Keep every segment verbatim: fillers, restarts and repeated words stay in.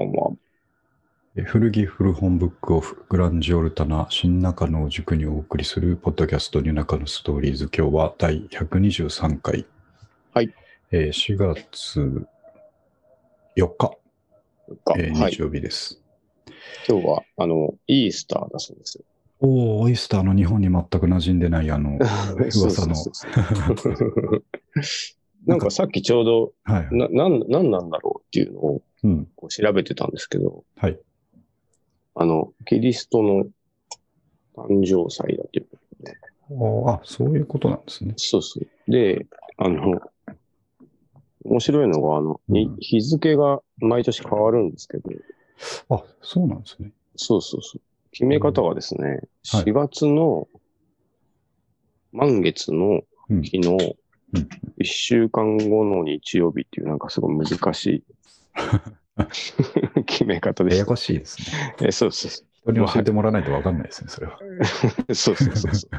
んは。 え古着古本ブックオフグランジオルタナ新中野を塾にお送りするポッドキャストニューナカのストーリーズ。今日はだいひゃくにじゅうさんかい。 はい。 えー、しがつよっか、えーはい、 日曜日です。 今日は、あの、イースターだそうですよ。 おー、イースターの日本に全く馴染んでないあの、噂の。 そうそうそうなんかさっきちょうど、 はいはい、 な、なん、なんなんだろうっていうのをうんこう調べてたんですけど、 はい。 あの、キリストの誕生祭だということで、 おーあ、そういうことなんですね。 そうそう。で、あの、面白いのが、あの、 うんに日付が毎年変わるんですけど、 あ、そうなんですね。 そうそうそう。決め方がですね、 はいしがつの満月のうん日のうんいっしゅうかんごの日曜日っていうなんかすごい難しい決め方でした。 ややこしいですね。 えそうそうそ人にう。ま教えてもらわないと分かんないですね、それは。 あ、そうそうそうそう。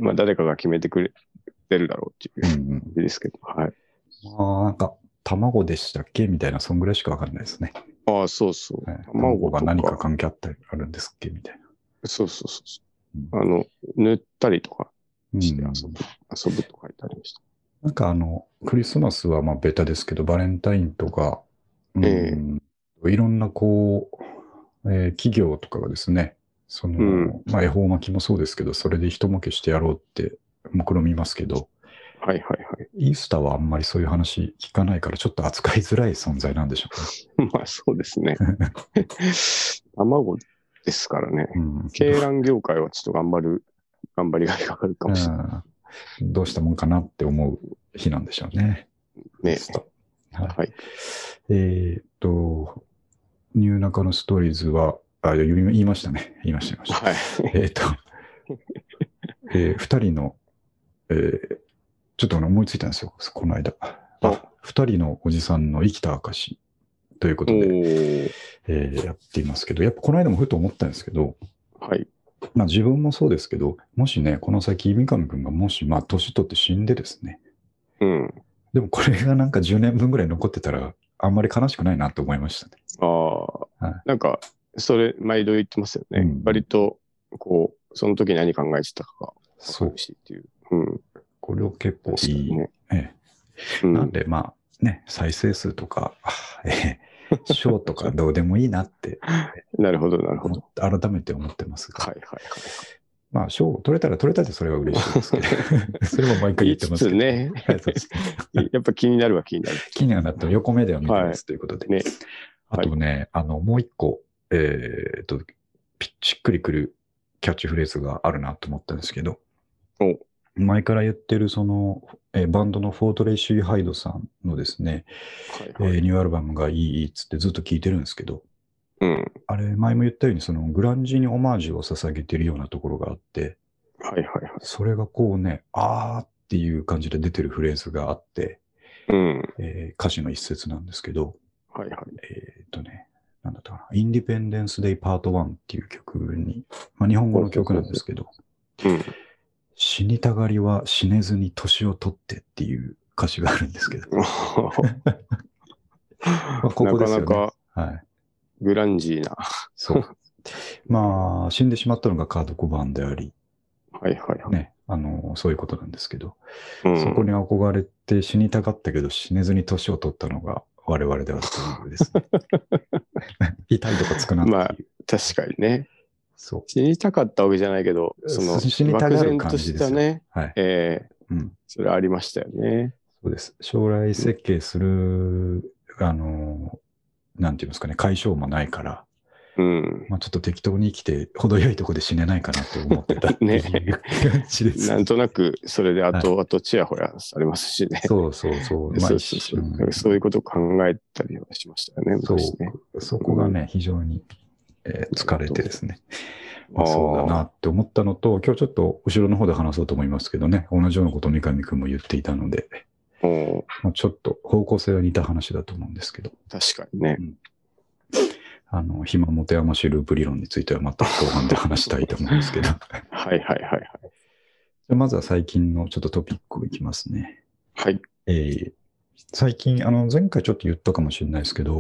まあ誰かが決めてくれてるだろうっていううんうん感じですけど、はい。 ああ、なんか、卵でしたっけみたいな、そんぐらいしかわかんないですね。 ああ、そうそう。 はい、 卵と卵が何かか、 関係あったりあるんですっけみたいな。 そうそうそうそう。 うんあの、塗ったりとかうんして遊ぶ、遊ぶと書いてありました。 なんかあの、クリスマスはまあベタですけど、バレンタインとか、うええん、いろんなこう、えー企業とかがですね、その、 うん。 まあ恵方巻きもそうですけど、それで一儲けしてやろうって目論みますけど、 はいはいはい。 イースターはあんまりそういう話聞かないから、ちょっと扱いづらい存在なんでしょまあそうですね。 うね。 卵ですからね。 うん鶏卵業界はちょっと頑張る、頑張りがいがあるかもしれない。 うんどうしたもんかなって思う日なんでしょうね。 ねイースターはい。 はい。 えーっと、ニューナカのストーリーズは、あ、言い言いましたね。言いました、言いました。 はい。 えーっと、えー二人の、えーちょっと思いついたんですよ、この間。あ、二人のおじさんの生きた証ということで、 おーえーやっていますけど、やっぱこの間もふと思ったんですけど、 はい。 まあ自分もそうですけど、もしね、この先、三上くんがもし、まあ年取って死んでですね、 うん。 でもこれがなんかじゅうねんぶんぐらい残ってたら、あんまり悲しくないなと思いましたね。 ああ、 はいなんか、それ、毎度言ってますよね。 うん割と、こう、その時何考えてたかがわそうかる。しっていう。うん。 これを結構いい。 確かにね。 ええうん。 なんでまあね、再生数とか、あええ、ショーとかどうでもいいなってなるほど、なるほど。 改めて思ってますが、 はいはいはい。 まあ、賞取れたら取れたでそれは嬉しいですけど、それも毎回言ってますけど。 言いつつねはいそうですやっぱ気になるは気になる。 気にはなっても横目では見てますということで。 ね。 あとね、あの、もう一個、えーっと、ぴっちっくりくるキャッチフレーズがあるなと思ったんですけど、 お前から言ってるその、えーバンドのフォートレイシー・ハイドさんのですね、 はいはい。 えーニューアルバムがいいっつってずっと聴いてるんですけど、 うん。 あれ、前も言ったように、そのグランジにオマージュを捧げてるようなところがあって、 はいはいはい。 それがこうね、あーっていう感じで出てるフレーズがあって、 うん。 えー歌詞の一節なんですけど、 はいはい。 えーっとね、なんだったかな、インディペンデンス・デイ・パートワンっていう曲に、まあ、日本語の曲なんですけど、 うん。 死にたがりは死ねずに年を取ってっていう歌詞があるんですけど、まあここですよね。 なかなかはい。 グランジーな。 そう。まあ、死んでしまったのがカード・コバーンであり、 はいはいはい。 ね、あの、そういうことなんですけど、 うん、 そこに憧れて死にたかったけど死ねずに年を取ったのが我々ではというですね。痛いとこつくなっていう。 まあ、確かにね。 そう。 死にたかったわけじゃないけど、その、 死にたがる感漠然とじですよ。 したね、 はい。 えー、 うん。 それありましたよね。 そうです。将来設計する、あの、なんていうんですかね、解消もないから、 うん。 まあちょっと適当に生きて、程よいとこで死ねないかなって思ってたっていうね感じです。 なんとなく、それで後々ちやほやされますしね。 そうそうそう。まあそう一そうそう、 瞬。 そういうことを考えたりはしましたよね、昔ね。 そう。そこがね、非常に、えー疲れてですね。まあ、そうだなって思ったのと、今日ちょっと後ろの方で話そうと思いますけどね、同じようなことを三上くんも言っていたので、 おまあ、ちょっと方向性は似た話だと思うんですけど、 確かにね。 うん、あの、暇持て余しループ理論についてはまた後半で話したいと思うんですけど。 はいはいはいはい。 じゃあまずは最近のちょっとトピックをいきますね。 はい。 えー、最近、あの、前回ちょっと言ったかもしれないですけど、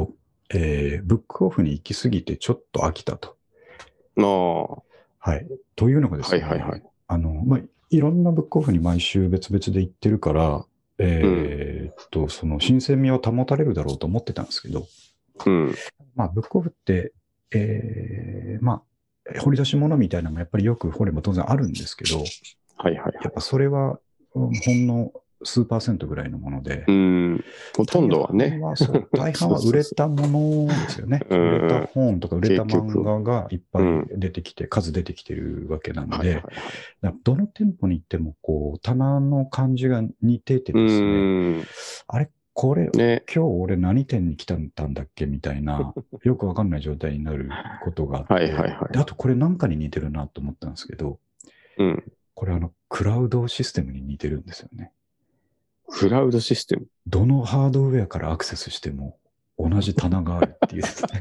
えーブックオフに行き過ぎてちょっと飽きたと。 ああ、ははい。というのがですね、 いはいはい。 あの、まあ、いろんなブックオフに毎週別々で行ってるから、えーっと、その新鮮味は保たれるだろうと思ってたんですけど、 うん。 まあ、ブックオフって、えーまあ、掘り出し物みたいなのもやっぱりよく掘れば当然あるんですけど、 はいはいはい。 やっぱそれは、うんほんの数パーセントぐらいのもので、 うん。ほとんどはね。 大半はそう、大半は売れたものですよね。 うん売れた本とか売れた漫画がいっぱいうん出てきて、数出てきてるわけなんで、 はいはいはい。 だからどの店舗に行っても、こう、棚の感じが似ててうですね、 ん。 あれ、これ、 ね。 今日俺何店に来たんだっけみたいな、よくわかんない状態になることがあって、 はいはいはいであとこれなんかに似てるなと思ったんですけど、 うん。 これあの、クラウドシステムに似てるんですよね。 クラウドシステム。 どのハードウェアからアクセスしても同じ棚があるっていうですね。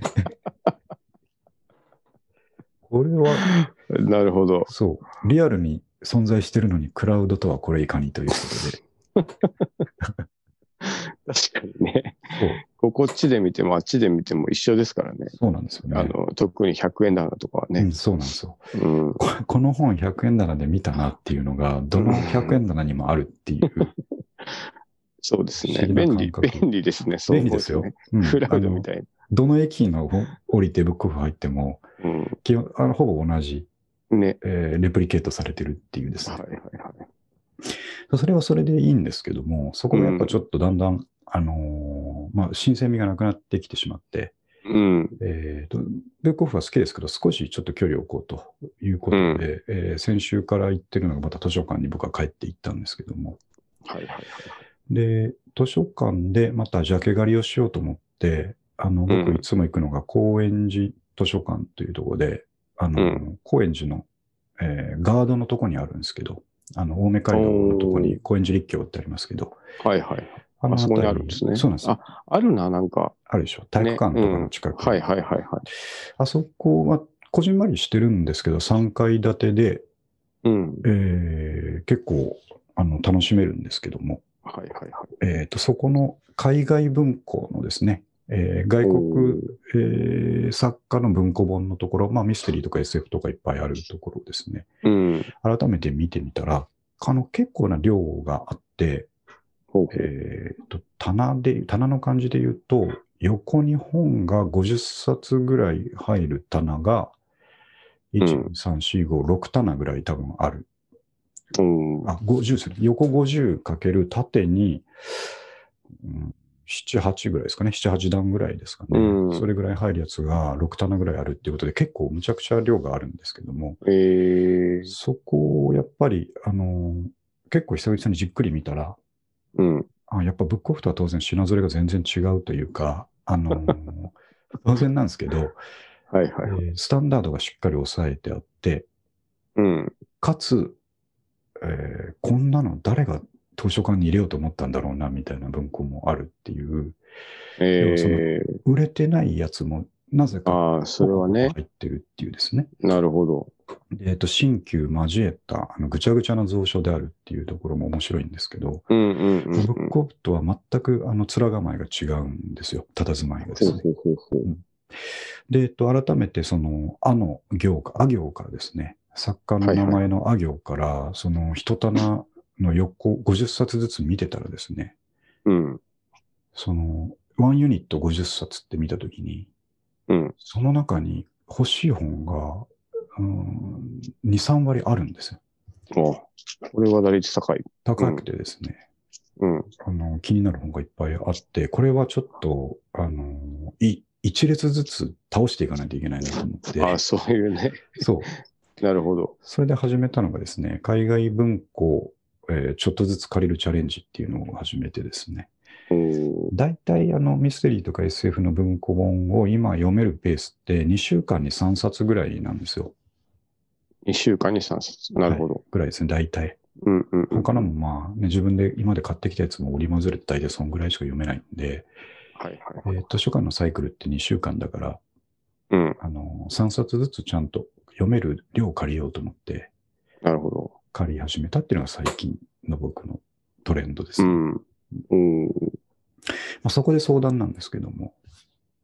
これは、 なるほど。 そう、リアルに存在してるのにクラウドとはこれいかにということで。 確かにね。 そう、 ここっちで見てもあっちで見ても一緒ですからね。 そうなんですよね。 あの、特にひゃくえん棚とかはね。 うん、そうなんですよ。 うん。 ここの本ひゃくえん棚で見たなっていうのが、どのひゃくえん棚にもあるっていう。 そうですね。 不思議な便利、 感覚便利ですね。そう便利ですよ思うとね。。 うんクラウドあのみたいな。 どの駅の降りてブックオフ入っても、 うん。 基本あのほぼ同じ、 ね。 えーレプリケートされてるっていうですね。 はいはいはい。 それはそれでいいんですけども、そこがやっぱちょっとだんだん、あのーまあ、新鮮味がなくなってきてしまって、 うん。 えーと、ブックオフは好きですけど、少しちょっと距離を置こうということで、えー先週から行ってるのがまた図書館に僕は帰って行ったんですけども、 はいはいはい。 で、図書館でまたジャケ狩りをしようと思って、あの、 うん僕いつも行くのが高円寺図書館というところで、あの、 うん高円寺の、えーガードのとこにあるんですけど、あの、青梅街道のとこに高円寺立教ってありますけど、 はいはい。 あのあそこに辺りあるんですね。 そうなんですよ。 あ、あるな、なんか。 あるでしょ。体育館とかの近くに、 ねうん、はいはいはいはい。 あそこは、こじんまりしてるんですけど、さんかい建てで、 うん。 えー結構、あの、楽しめるんですけども、 はいはいはい。 えっと、そこの海外文庫のですね、えー外国、えー作家の文庫本のところ、まあミステリーとか エスエフ とかいっぱいあるところですね、 うん。 改めて見てみたら、あの結構な量があって、 ほうほうえーと、棚で、棚の感じで言うと、横に本がごじゅっさつぐらい入る棚が、いち、に、さん、よん、ご、ろく棚ぐらい多分ある。 うん。 あ、ごじゅうですね。横ごじゅうかける縦に、うん、なな、はちぐらいですかね。なな、はち段ぐらいですかね。 うんそれぐらい入るやつがろく棚ぐらいあるっていうことで、結構むちゃくちゃ量があるんですけども、 えー。 そこをやっぱり、あのー結構久々にじっくり見たら、 うん。 あやっぱブックオフとは当然品揃えが全然違うというか、あのー当然なんですけど、 はいはいはい。 えースタンダードがしっかり抑えてあって、 うん。 かつ、えーこんなの誰が図書館に入れようと思ったんだろうな、みたいな文庫もあるっていう、要はそのえー。 売れてないやつもなぜかああ、それはね。 入ってるっていうですね。 なるほど。 でえっと、新旧交えたあのぐちゃぐちゃな蔵書であるっていうところも面白いんですけど、 うんうんうん、うん。 ブックオフとは全くあの面構えが違うんですよ。佇まいがですね。 ほうほうほうほう。 で、えっと、改めてその、あの行か、あ行からですね、作家の名前のあ行から、その一棚の横ごじゅっさつずつ見てたらですね、 うん。 その、ワンユニットごじゅっさつって見たときに、 うん。 その中に欲しい本が、うん、に、さん割あるんですよ。 あ、これは打率高い。 高くてですね、 うん。 あの、気になる本がいっぱいあって、これはちょっと、あの、い、一列ずつ倒していかないといけないなと思って、 あ、そういうね。 そう。 なるほど。 それで始めたのがですね、海外文庫、えーちょっとずつ借りるチャレンジっていうのを始めてですね、 うん。 大体あのミステリーとか エスエフ の文庫本を今読めるペースってにしゅうかんにさんさつぐらいなんですよ。 にしゅうかんにさんさつ。なるほど。 はいぐらいですね、大体。 うんうんうん。 他のもまあ、ね、自分で今まで買ってきたやつも織り交ぜると大体そんぐらいしか読めないんで、 はいはいえはい。 ー図書館のサイクルってにしゅうかんだから、 うん。 あの、さんさつずつちゃんと読める量を借りようと思ってなるほど。 借り始めたっていうのが最近の僕のトレンドですね。 うん。うん。 まあ、そこで相談なんですけども、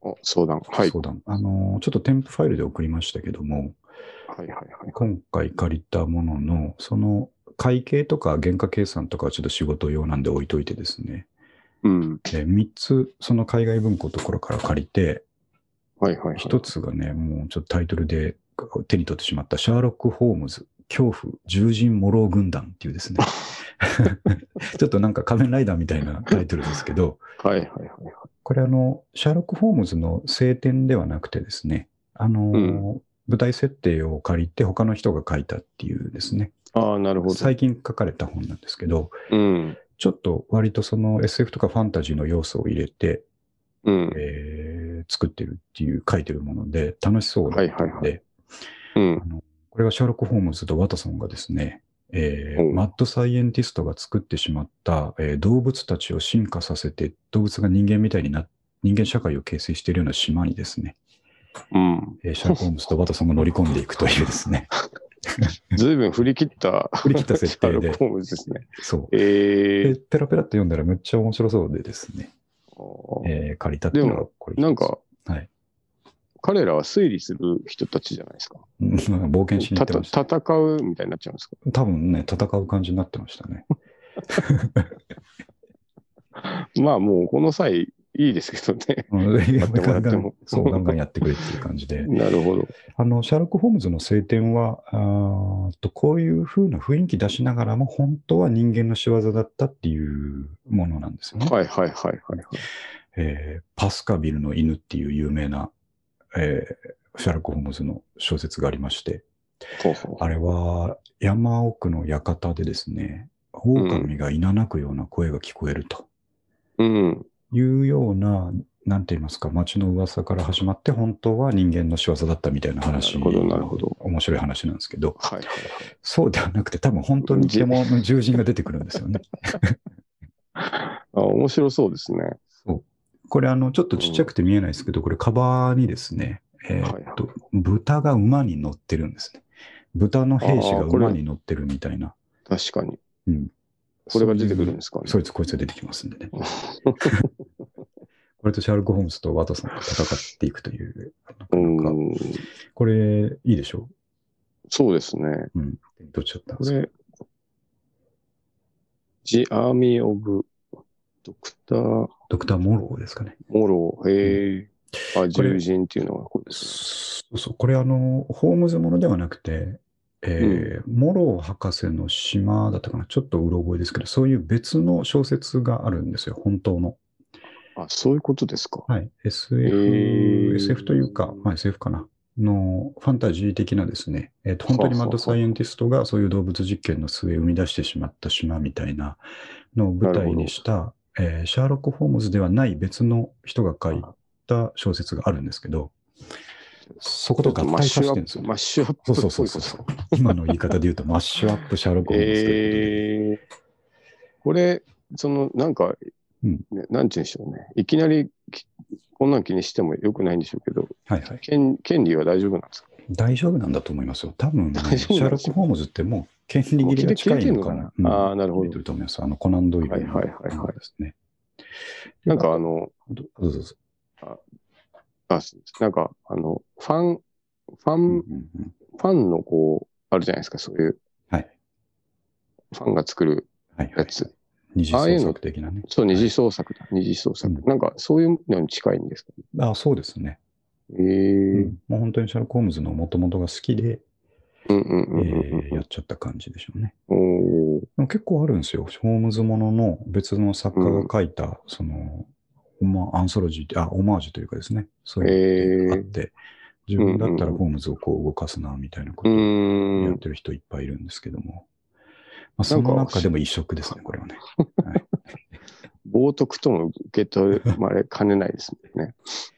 あ、相談。はい。 相談。あの、ちょっと添付ファイルで送りましたけども、 はいはいはい。 今回借りたものの、その会計とか原価計算とかはちょっと仕事用なんで置いといてですね、 うん。 えみっつ、その海外文庫のところから借りて、 はいはいはい。 一つがね、もうちょっとタイトルで手に取ってしまった、シャーロック・ホームズ、恐怖、獣人モロー軍団っていうですね、ちょっとなんか仮面ライダーみたいなタイトルですけど、 はいはいはい。 これあの、シャーロック・ホームズの聖典ではなくてですね、あの、 うん舞台設定を借りて他の人が書いたっていうですね、 ああ、なるほど。 最近書かれた本なんですけど、 うん。 ちょっと割とその エスエフ とかファンタジーの要素を入れて、 うん。 えー作ってるっていう書いてるもので楽しそうだったので、 はいはいはいうんあ。のこれはシャーロック・ホームズとワトソンがですね、えーうんマッドサイエンティストが作ってしまった、えー動物たちを進化させて動物が人間みたいにな人間社会を形成しているような島にですね、 うん。 えーシャーロック・ホームズとワトソンが乗り込んでいくというですね、 ずいぶん振り切った、 振り切った設定でシャーロックホームズですね。 そう。 えで、ペラペラって読んだらめっちゃ面白そうでですね、 ー、 えー借りたっていうのがこれ一つ。 なんか、 はい。 彼らは推理する人たちじゃないですか。 うん冒険しに行ってました。 た戦うみたいになっちゃうんですか。 多分ね、戦う感じになってましたね。 まあもうこの際いいですけどね。 うんやってもらってもそう、ガンガンやってくれっていう感じで。 なるほど。 あの、シャーロック・ホームズの聖典は、あーとこういう風な雰囲気出しながらも、本当は人間の仕業だったっていうものなんですよね。 はいはいはいはいはい。 えーパスカビルの犬っていう有名な、えーシャーロック・ホームズの小説がありまして、 ほうほうあれは山奥の館でですね、狼がいななくような声が聞こえるとうん。 いうような、なんて言いますか、街の噂から始まって、本当は人間の仕業だったみたいな話。 なるほどなるほど面白い話なんですけど、 はいはいはい。 そうではなくて、多分本当に獣の獣人が出てくるんですよね。 あ、面白そうですね。 そうこれ、あの、ちょっとちっちゃくて見えないですけど、これ、カバーにですね、えーっと、豚が馬に乗ってるんですね。豚の兵士が馬に乗ってるみたいな。 確かに。 うん。 これが出てくるんですかね。 そいつ、こいつが出てきますんでね。これとシャーロック・ホームズとワトソンが戦っていくという。なんかこれ、いいでしょうそうですね。 うん。手に取っちゃったんですこれ、The Army of ドクター、 ドクター・モローですかね。 モロー。へえ。あ、 これ獣人っていうのがこれですね。 そうそう。これ、あの、ホームズものではなくて、えーモロー博士の島だったかな。ちょっとうろ覚えですけど、そういう別の小説があるんですよ。本当の。 あ、そういうことですか。 はい。エスエフ、 へーエスエフ というか、まあ エスエフ かな。のファンタジー的なですね、えーと本当にマッドサイエンティストがそういう動物実験の末生み出してしまった島みたいなのを舞台にした、えーシャーロック・ホームズではない別の人が書いた小説があるんですけど、そこと合体させてるんですよ。 マッシュアップ。 そうそうそうそう。今の言い方で言うとマッシュアップシャーロック・ホームズということで。 えー、これ、その、なんか、 うんね、なんて言うんでしょうね。いきなり、こんなん気にしてもよくないんでしょうけど、 はいはい。 権権利は大丈夫なんですか？ 大丈夫なんだと思いますよ。多分、ね、 大丈夫なんですよシャーロック・ホームズってもう権利切れが近いのかな。 うん、ああ、なるほど。 ると思います。あの、コナンドイルの、 はいはいはいはい。 ですね。 なんかあの、 どうぞどうぞ。 ああなんか、あの、ファン、ファン、 うんうんうん、 ファンのこう、あるじゃないですか、そういう。 はい。 ファンが作るやつ。 はいはい、二次創作的なね。 そう、二次創作だ。はい、二次創作、うん。なんか、そういうのに近いんですかね。 ああ、そうですね。 ええーうん。 もう本当にシャーロック・ホームズの元々が好きで、 うんうんうんうん、 やっちゃった感じでしょうね。 おでも結構あるんですよ。ホームズものの別の作家が書いた、うん、その、まあ、アンソロジー、あ、オマージュというかですね。そういうのがあって、えー、自分だったらホームズをこう動かすな、みたいなことをやってる人いっぱいいるんですけども。まあ、その中でも異色ですね、これはね。はい、 冒涜とも受け取られかねないですね。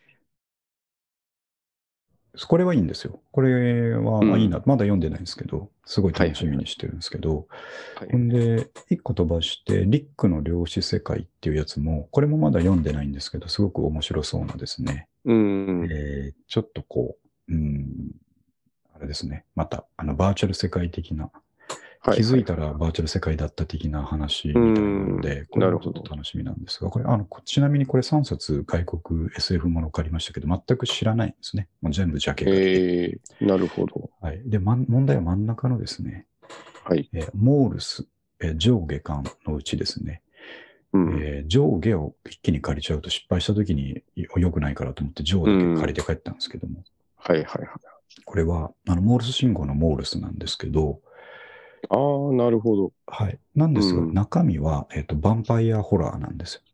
これはいいんですよ。これはいいな、うん、まだ読んでないんですけど、すごい楽しみにしてるんですけど、ほんで、一個飛ばして、リックの量子世界っていうやつも、これもまだ読んでないんですけど、すごく面白そうなですね。 うんえー、ちょっとこう、うん、あれですね、また、あの、バーチャル世界的な、 気づはいはい。 いたらバーチャル世界だった的な話みたいなので、これもちょっと楽しみなんですが、これ、あの、ちなみにこれさんさつ外国 エスエフ もの借りましたけど、全く知らないんですね。もう全部ジャケ買いで。 えー、なるほど。 はい。で、まん問題は真ん中のですね、 はい。 えーモールス、えー上下巻のうちですね、 うん。 えー上下を一気に借りちゃうと失敗した時に良くないからと思って上だけ借りて帰ったんですけども、 はいはいはい。 これはあのモールス信号のモールスなんですけど、 ああ、なるほど。 はい。なんですが、 うん。 中身は、えっと、ヴァンパイアホラーなんですよ。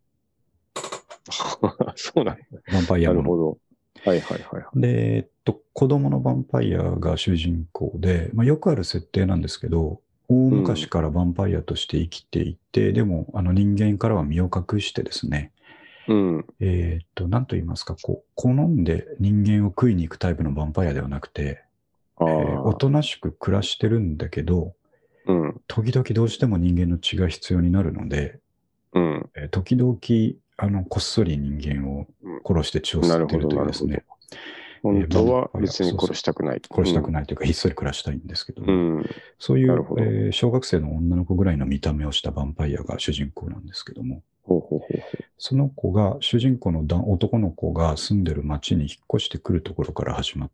そうなんだ。 ヴァンパイアもの。 なるほど。はいはいはいはい。 で、えっと、子供のヴァンパイアが主人公で、まあ、よくある設定なんですけど、大昔からヴァンパイアとして生きていて、でも、あの人間からは身を隠してですね、 うん。 えーっと、なんと言いますか、こう、好んで人間を食いに行くタイプのヴァンパイアではなくて、 あえーおあ。 となしく暮らしてるんだけど、 うん。 時々どうしても人間の血が必要になるので、 うん。 えー時々、あの、こっそり人間を殺して血を吸ってるなるほど、なるほど。 というですね、 本当はえー別に殺したくない。 殺したくないというか、ひっそり暮らしたいんですけども、 うん。うん。 そういう、 なるほど。 えー小学生の女の子ぐらいの見た目をしたヴァンパイアが主人公なんですけども、 ほうほうほうほその子が、主人公のだ男の子が住んでる町に引っ越してくるところから始まって、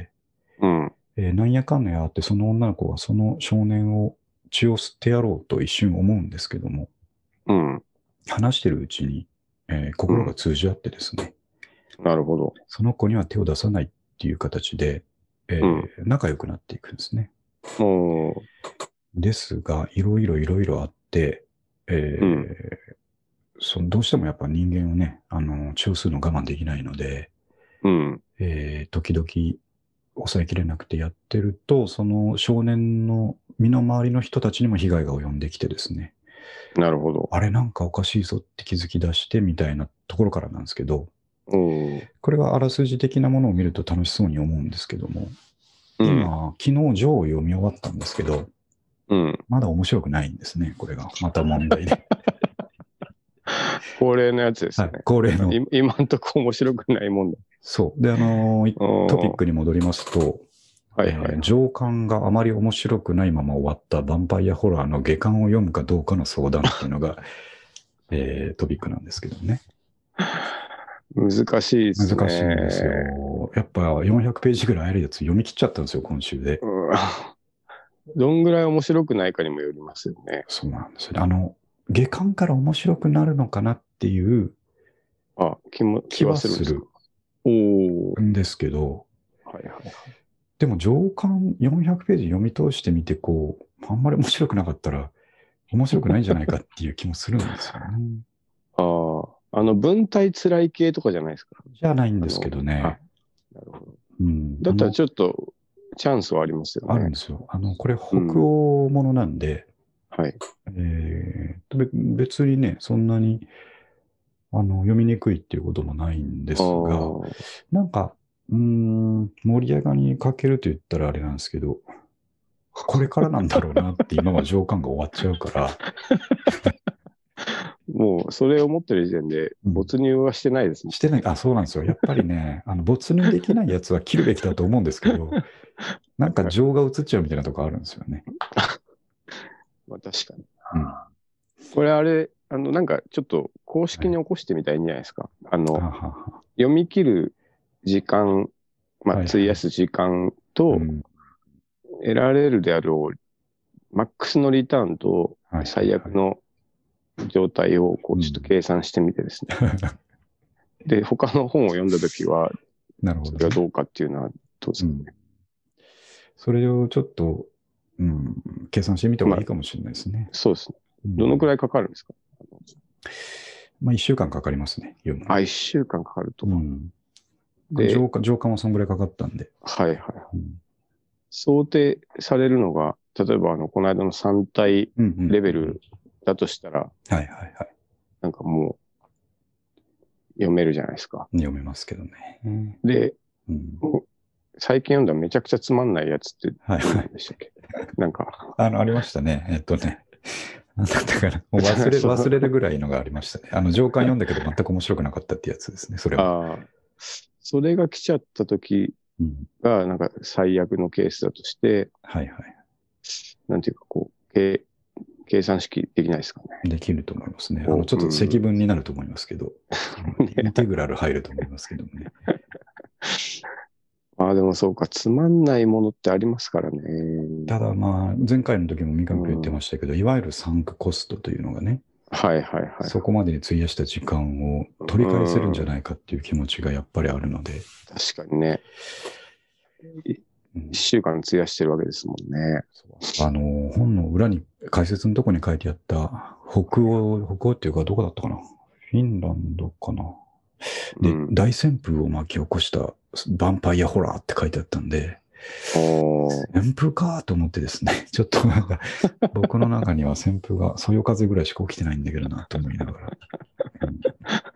う。うん。 えーなんやかんやあって、その女の子がその少年を血を吸ってやろうと一瞬思うんですけども、 うん。 話してるうちに、えー心が通じ合ってですね、 なるほど。 その子には手を出さないっていう形で、えーうん仲良くなっていくんですね。 もですが、いろいろいろいろあって、えーうんそのどうしてもやっぱ人間をね、あの、血を吸うの我慢できないので、 う、うん。 えー時々抑えきれなくてやってると、その少年の身の回りの人たちにも被害が及んできてですね、 なるほど。 あれなんかおかしいぞって気づき出してみたいなところからなんですけど、 うん。 これはあらすじ的なものを見ると楽しそうに思うんですけども、 うん。 今、昨日上を読み終わったんですけど、 うん。 まだ面白くないんですね、これが。また問題で。 恒例のやつですはいね。、 恒例の。 い今んとこ面白くないもんだ。 そう。で、あのーうんトピックに戻りますと、 はいはい。 えー上巻があまり面白くないまま終わったヴァンパイアホラーの下巻を読むかどうかの相談っていうのが、えートピックなんですけどね。 難しいですね。 難しいんですよ。やっぱよんひゃくページぐらいあるやつ読み切っちゃったんですよ、今週で。 うん。どんぐらい面白くないかにもよりますよね。 そうなんですよね。あの、下巻から面白くなるのかなっていうあ、気も、気はするんですか。おお。 んですけど、 はいはいはい。 でも上巻よんひゃくページ読み通してみて、こう、あんまり面白くなかったら、面白くないんじゃないかっていう気もするんですよね。 ああ、あの、文体辛い系とかじゃないですか。 じゃないんですけどあね。 なるほど。 うん、 だったらあのちょっと、チャンスはありますよね。 あるんですよ。あの、これ北欧ものなんで、 はい。 えーとべ別にね、そんなにあの読みにくいっていうこともないんですあが、 あ、 なんか、うーん、盛り上がりに欠けると言ったらあれなんですけど、これからなんだろうなって今は上巻が終わっちゃうから、 もう、それを持ってる時点で、 うん没入はしてないですもん。 してない、あ、そうなんですよ。やっぱりね、あの没入できないやつは切るべきだと思うんですけど、なんか情が映っちゃうみたいなとこあるんですよね。 まあ、確かに。 うん。 これあれ、あの、なんかちょっと公式に起こしてみたらいいんじゃないですか。あの、 ははは読み切る時間、まあ、 はいはい費やす時間と、 うん得られるであろう、マックスのリターンとはいはいはい最悪の状態をこうちょっと計算してみてですね。で、他の本を読んだときは、 なるほどね。 それはどうかっていうのはどうですかね。 それをちょっと、うん、計算してみた方がいいかもしれないですね。 そうですね。どのくい、 らいかかるんですか？ まあ、いっしゅうかんかかりますね、読むの。 あ、いっしゅうかんかかると。 うん。 で、 上巻上巻はそんぐらいかかったんで。 はいはい。 うん想定されるのが、例えばあの、この間のさん体うんうんレベルだとしたら、 はいはいはい。 なんかもう、読めるじゃないですか。 読めますけどね。うんで、 うん最近読んだめちゃくちゃつまんないやつってはいはい何でしたっけ？なんか、 あの、ありましたね。えっとね。なんだったかな。もう忘れ、 そう忘れるぐらいのがありましたね。あの、上巻読んだけど全く面白くなかったってやつですね、それは。 ああ、それが来ちゃった時うん、 が、なんか最悪のケースだとして、 はいはい。 なんていうかこう、 計計算式できないですかね。 できると思いますね。あのちょっと積分になると思いますけど、うん、インテグラル入ると思いますけどね。 ああ、でもそうか、つまんないものってありますからね。 ただまあ、前回の時も三上君言ってましたけど、うん、いわゆるサンクコストというのがね、 はいはいはい。 そこまでに費やした時間を取り返せるんじゃないかっていう気持ちがやっぱりあるので。 確かにね。一週間費やしてるわけですもんね。 あの、本の裏に、解説のとこに書いてあった、北欧、北欧っていうかどこだったかな、フィンランドかな。で、うん、大旋風を巻き起こしたヴァンパイアホラーって書いてあったんで、旋風かと思ってですね、ちょっとなんか、僕の中には旋風が、そよ風ぐらいしか起きてないんだけどなと思いながら。うん、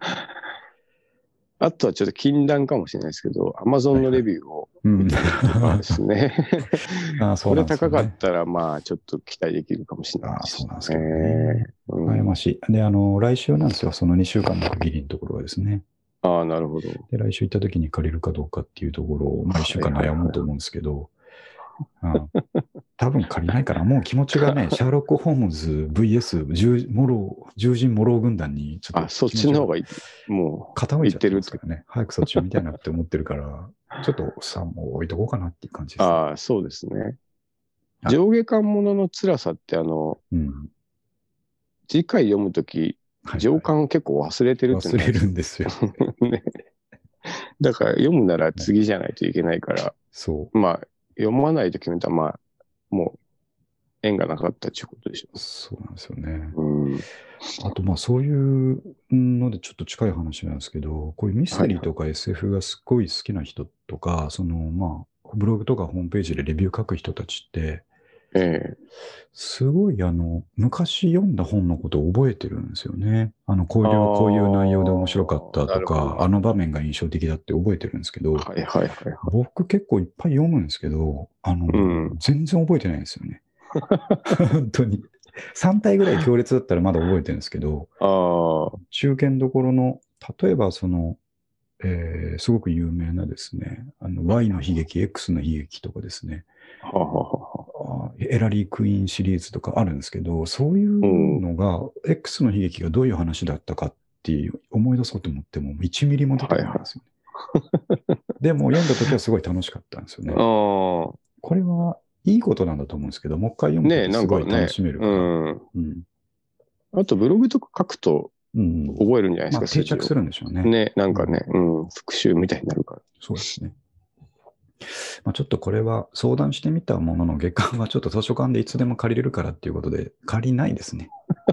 あとはちょっと禁断かもしれないですけど、アマゾンのレビューを見てるとかですね。これ高かったら、まあ、ちょっと期待できるかもしれないですね。そうなんですけどね。 羨ましい。で、あの、来週なんですよ、そのにしゅうかんの区切りのところがですね。 ああ、なるほど。 で、来週行った時に借りるかどうかっていうところを、まあ、いっしゅうかん悩もうと思うんですけど、多分借りないから、もう気持ちがね、シャーロック・ホームズ ブイエス 獣人モロー軍団にちょっと。 あ、そっちの方がいい。もう、 傾いちゃってるんですからね。早くそっちを見たいなって思ってるから、ちょっとさ、もう置いとこうかなっていう感じです、ね。 ああ、そうですね。上下巻ものの辛さって、あの、うん、次回読むとき、上巻結構忘れてるって、 忘れるんですよ。 ね。だから読むなら次じゃないといけないから、ね、 そう。まあ、読まないと決めたら、まあ、もう、縁がなかったっていうことでしょう。 そうなんですよね。 うん、 あと、まあ、そういうのでちょっと近い話なんですけど、こういうミステリーとか エスエフ がすっごい好きな人とか、はいはい、その、まあ、ブログとかホームページでレビュー書く人たちって、 ええ、 すごい、あの、昔読んだ本のことを覚えてるんですよね。あの、こういう、こういう内容で面白かったとか、あの場面が印象的だって覚えてるんですけど、 はいはいはい、 僕結構いっぱい読むんですけど、あの、うん、全然覚えてないんですよね。本当に。さん体ぐらい強烈だったらまだ覚えてるんですけど、中堅どころの、例えばその、えー、すごく有名なですね、あの Y の悲劇、X の悲劇とかですね、 はははエラリー・クイーンシリーズとかあるんですけど、そういうのが、うん、X の悲劇がどういう話だったかっていう思い出そうと思ってもいちミリも出てこないんですよね。はいはい、でも読んだ時はすごい楽しかったんですよね。これはいいことなんだと思うんですけど、もう一回読むとすごい楽しめるから。ね、うんうん、 あとブログとか書くと覚えるんじゃないですか。うん、まあ、 定着するんでしょうね。 ね、なんかね、うん、うん、復習みたいになるから。 そうですね。まあ、ちょっとこれは相談してみたものの、月間はちょっと図書館でいつでも借りれるからっていうことで、借りないですね。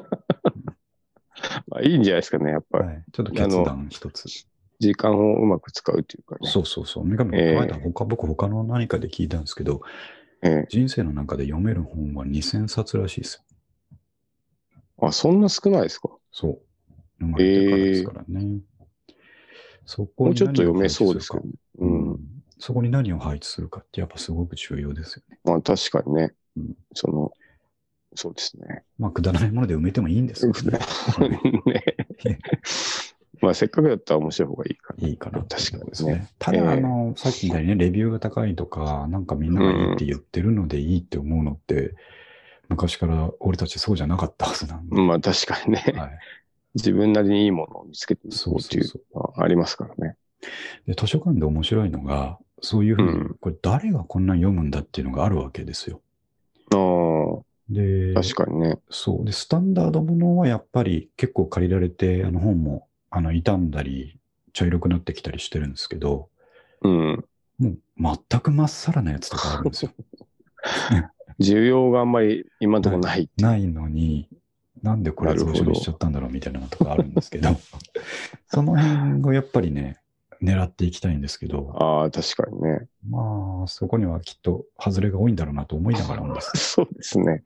まあいいんじゃないですかね、やっぱり。はい、 ちょっと決断一つ。 時間をうまく使うというかね。 そうそうそう。三上君、この間、他、僕、他の何かで聞いたんですけど、えー、人生の中で読める本はにせんさつらしいですよ。あ、そんな少ないですか？ そう。生まれてからですからね。えー、そこにもうちょっと読めそうですけどね。 うん。そこに何を配置するかってやっぱすごく重要ですよね。 まあ確かにね。うん、その、そうですね。 まあくだらないもので埋めてもいいんですけどね。 ねまあせっかくだったら面白い方がいいかな。 いいかな。 確かにですね。ただ、あの、さっきみたいにね、レビューが高いとか、なんかみんながいいって言ってるのでいいって思うのって、うん、昔から俺たちそうじゃなかったはずなんで。 まあ確かにね。はい、自分なりにいいものを見つけていこうっていうのはありますからね。 で、図書館で面白いのが、そういうふうに、うん、これ誰がこんなに読むんだっていうのがあるわけですよ。 ああ。で、確かにね。 そう。で、スタンダードものはやっぱり結構借りられて、あの本も、あの、傷んだり、茶色くなってきたりしてるんですけど、 うん。 もう全くまっさらなやつとかあるんですよ。 需要があんまり今のところない。 ないのに、なんでこれ増殖しちゃったんだろうみたいなのとかあるんですけど、その辺をやっぱりね、狙っていきたいんですけど。 ああ、確かにね。 まあ、そこにはきっと外れが多いんだろうなと思いながらもです、 ね。そうですね。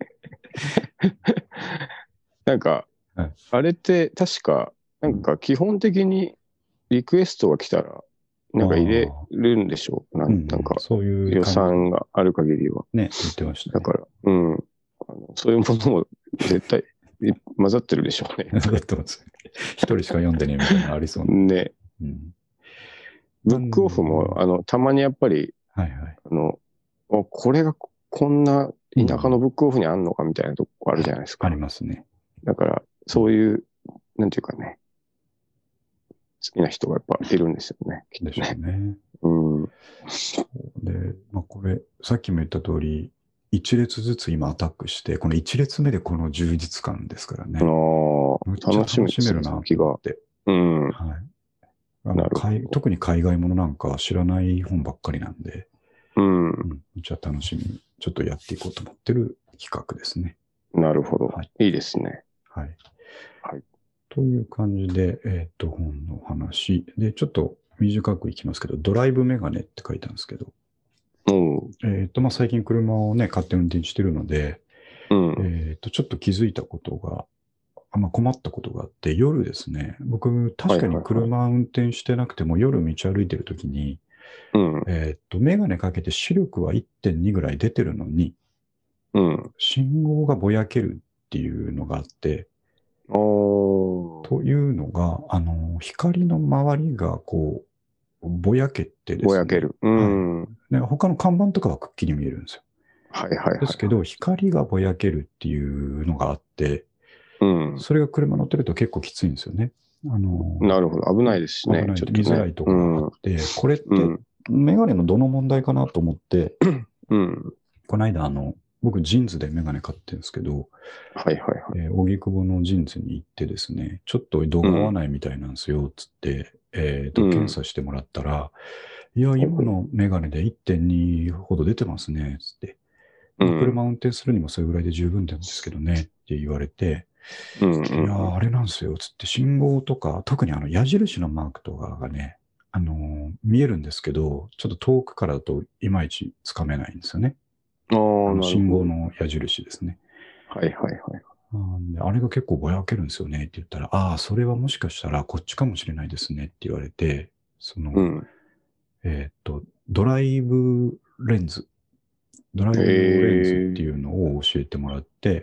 なんか、はい、あれって確か、なんか基本的にリクエストが来たら、なんか入れるんでしょう。なんなんか、そういう予算がある限りは。 ね、言ってました、ね。 だから、うん。あのそういうものも絶対混ざってるでしょうね。 混ざってます。一人しか読んでねえみたいなのありそうな。 ね。うん、ブックオフも、あの、たまにやっぱり、 はいはい、 あの、これがこんな田舎のブックオフにあんのかみたいなとこあるじゃないですか。 ありますね。 だから、そういう、なんていうかね、好きな人がやっぱいるんですよね。 でしょうね。 うん。 で、まあこれ、さっきも言った通り、一列ずつ今アタックして、この一列目でこの充実感ですからね。 ああ、 めっちゃ楽しめるなと思って。 うん。 はい。あの特に海外ものなんか知らない本ばっかりなんで、 うん。うん、 じゃあ楽しみにちょっとやっていこうと思ってる企画ですね。 なるほど。はい、いいですね。 はい。 はい。 という感じで、えっと、本の話。で、ちょっと短くいきますけど、ドライブメガネって書いたんですけど、 うん、 えっと、まあ、最近車をね、買って運転してるので、 うん、 えっと、ちょっと気づいたことが、あまあ、困ったことがあって、夜ですね、僕、確かに車運転してなくても、夜道歩いてるときに、 うん、 えっと、メガネかけて視力は いってんに ぐらい出てるのに、 うん、 信号がぼやけるっていうのがあって、というのが、あの、光の周りがこう、ぼやけてですね。 ぼやける。うん。 はい。で、他の看板とかはくっきり見えるんですよ。 はいはいはい。 ですけど、光がぼやけるっていうのがあって、 うん。 それが車乗ってると結構きついんですよね。あの、 なるほど。危ないですしね。 危ない、 ちょっと見づらいところがあって、うん、これって、メガネのどの問題かなと思って、 うん、 この間、あの、僕、ジーンズでメガネ買ってるんですけど、 はいはいはい。 えー、荻窪のジーンズに行ってですね、ちょっと度が合わないみたいなんですよ、つって、うん、えっと、検査してもらったら、うん、いや、今のメガネで いってんに ほど出てますね、つって。まあ、車運転するにもそれぐらいで十分なんですけどね、って言われて、うんうんうん、いや、あれなんですよ、つって、信号とか、特にあの矢印のマークとかがね、あのー、見えるんですけど、ちょっと遠くからだといまいちつかめないんですよね。 あの信号の矢印ですね。 はいはいはい。 あ, あれが結構ぼやけるんですよねって言ったら、ああ、それはもしかしたらこっちかもしれないですねって言われて、その、うん、えっと、ドライブレンズ、ドライブ用レンズっていうのを教えてもらって、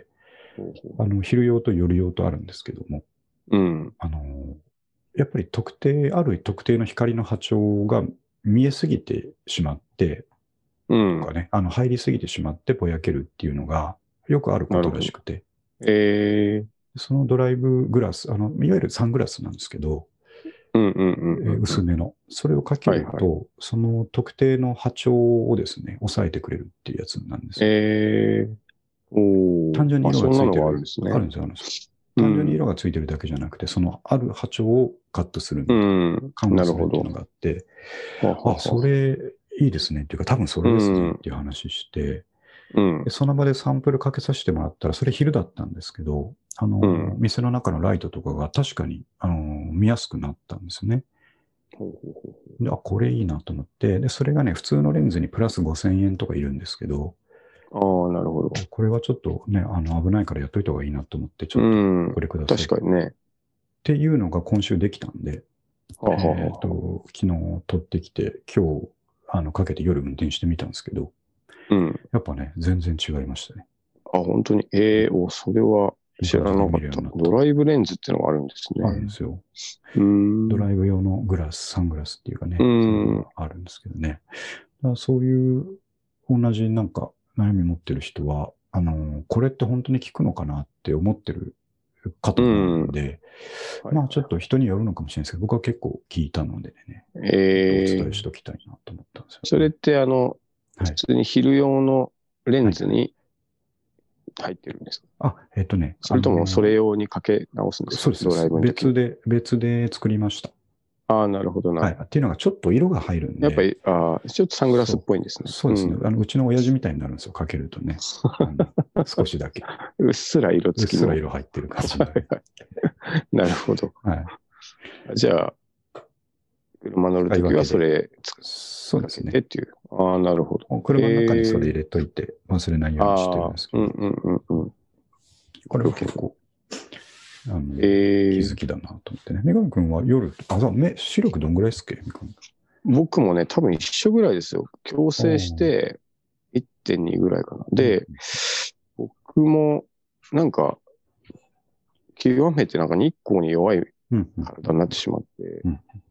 あの、昼用と夜用とあるんですけども、 うん、 あの、やっぱり特定、ある特定の光の波長が見えすぎてしまって、うん、とかね、あの、入りすぎてしまってぼやけるっていうのがよくあることらしくて、えー、そのドライブグラス、あの、いわゆるサングラスなんですけど、薄めの。それをかけると、はいはい、その特定の波長をですね、抑えてくれるっていうやつなんですよ。えー、単純に色がついてる。あるんですね。あるんですよ、あるんですよ。単純に色がついてるだけじゃなくて、そのある波長をカットするみたいな、緩和するっていうのがあって、あ、それいいですねっていうか、多分それですねっていう話して、うん、でその場でサンプルかけさせてもらったら、それ昼だったんですけど、あの、うん、店の中のライトとかが確かに、あの、見やすくなったんですよね。で、あ、これいいなと思って、で、それがね、普通のレンズにプラスごせんえんとかいるんですけど、ああ、なるほど。これはちょっとね、あの、危ないからやっといた方がいいなと思って、ちょっとこれください。確かにね。っていうのが今週できたんで、はあはあ、えっと、昨日取ってきて、今日、あの、かけて夜運転してみたんですけど、うん、やっぱね、全然違いましたね。あ、本当に。ええー、お、それは知らなかった。ドライブレンズっていうのがあるんですね。あるんですよ。うんドライブ用のグラス、サングラスっていうかね、そういうのがあるんですけどね。だそういう、同じなんか悩み持ってる人は、あの、これって本当に効くのかなって思ってるかと思うんで、うん、まあちょっと人によるのかもしれないですけど、僕は結構聞いたのでね、えー、お伝えしておきたいなと思ったんですよ、ね。それってあの、普通に昼用のレンズに入ってるんですか、はい、あ、えっとね。それともそれ用にかけ直すんですか、そうです。ドライブの時別で、別で作りました。ああ、なるほどな。はい。っていうのがちょっと色が入るんで。やっぱり、ああ、ちょっとサングラスっぽいんですね。そうですね、うん。あの、うちの親父みたいになるんですよ。かけるとね。少しだけ。うっすら色つきの。うっすら色入ってる感じになる。なるほど。はい。じゃあ、車乗るときはそれつけてっていう。ああ、なるほど。車の中にそれ入れといて忘れないようにしてるんですけど。うんうんうんうん。これは結構、あの、えー、気づきだなと思ってね。三上君は夜、あ、目、視力どんぐらいですっけ僕もね、多分一緒ぐらいですよ。矯正して、いってんに ぐらいかな。で、僕も、なんか、極めてなんか日光に弱い体になってしまって、うんうん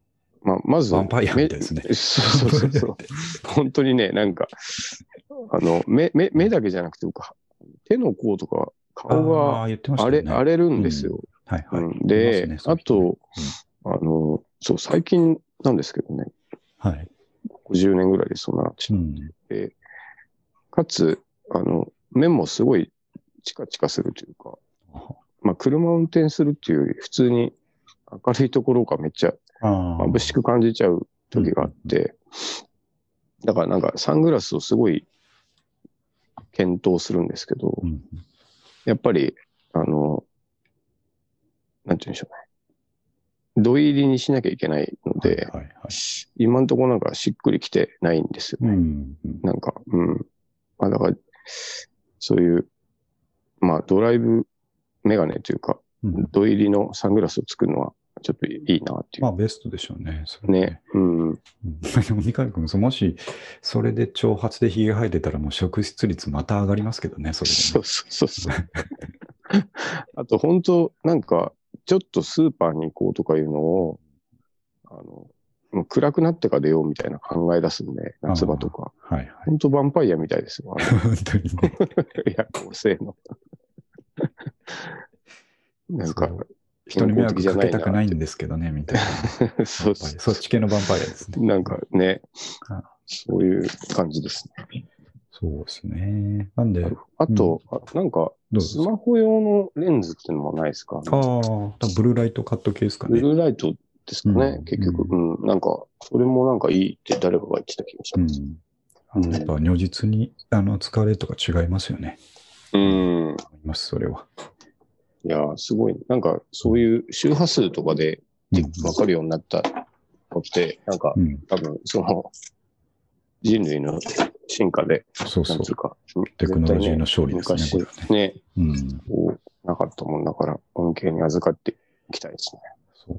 まあ、まず、 ヴァンパイアみたいですね。 そうそうそう。本当にね、なんか、あの、目、目、目だけじゃなくて、手の甲とか、顔が荒れ、荒れるんですよ。 はいはい。 で、あと、あの、そう、最近なんですけどね。 はい。 ごじゅうねんぐらいでそんな、で、かつ、あの、目もすごいチカチカするというか、まあ、車を運転するっていうより、普通に明るいところがめっちゃ眩しく感じちゃう時があって、だからなんかサングラスをすごい検討するんですけど、うん、やっぱり、あの、なんて言うんでしょうね。土入りにしなきゃいけないので、はいはいはい、今のところなんかしっくりきてないんですよね。うんうん、なんか、うん。まあだから、そういう、まあドライブメガネというか、うん、土入りのサングラスを作るのはちょっといいなっていう。 まあベストでしょうね。それね。ね。うん。 でも三上君、もしそれで長髪で髭生えてたらもう職質率また上がりますけどね、それで、ね。 そうそうそう。あと本当なんか、ちょっとスーパーに行こうとかいうのを、あの、もう暗くなってから出ようみたいな考え出すんで、夏場とか。はいはい。本当ヴァンパイアみたいですよ。本当にね。夜行性の。なんか、 人に迷惑かけたくないんですけどね、みたいな。そうそう。そっち系のヴァンパイアですね。 なんかね、そういう感じですね。 そうですね。なんで。 あと、うん、なんか、スマホ用のレンズっていうのもないですか？ ああ、ブルーライトカット系ですかね。 ブルーライトですかね、うん、結局、うん。うん。なんか、それもなんかいいって誰かが言ってた気がします。 うん。やっぱ如実に、あの、使われとか違いますよね。 うん。 思います、それは。 いやー、すごい。なんか、そういう周波数とかで分かるようになったのって、なんか、多分、その、人類の進化で、 そうそう。 なんつうか、 テクノロジーの勝利ですね。 昔ね、うん、なかったもんだから、恩恵に預かっていきたいですね。 そう。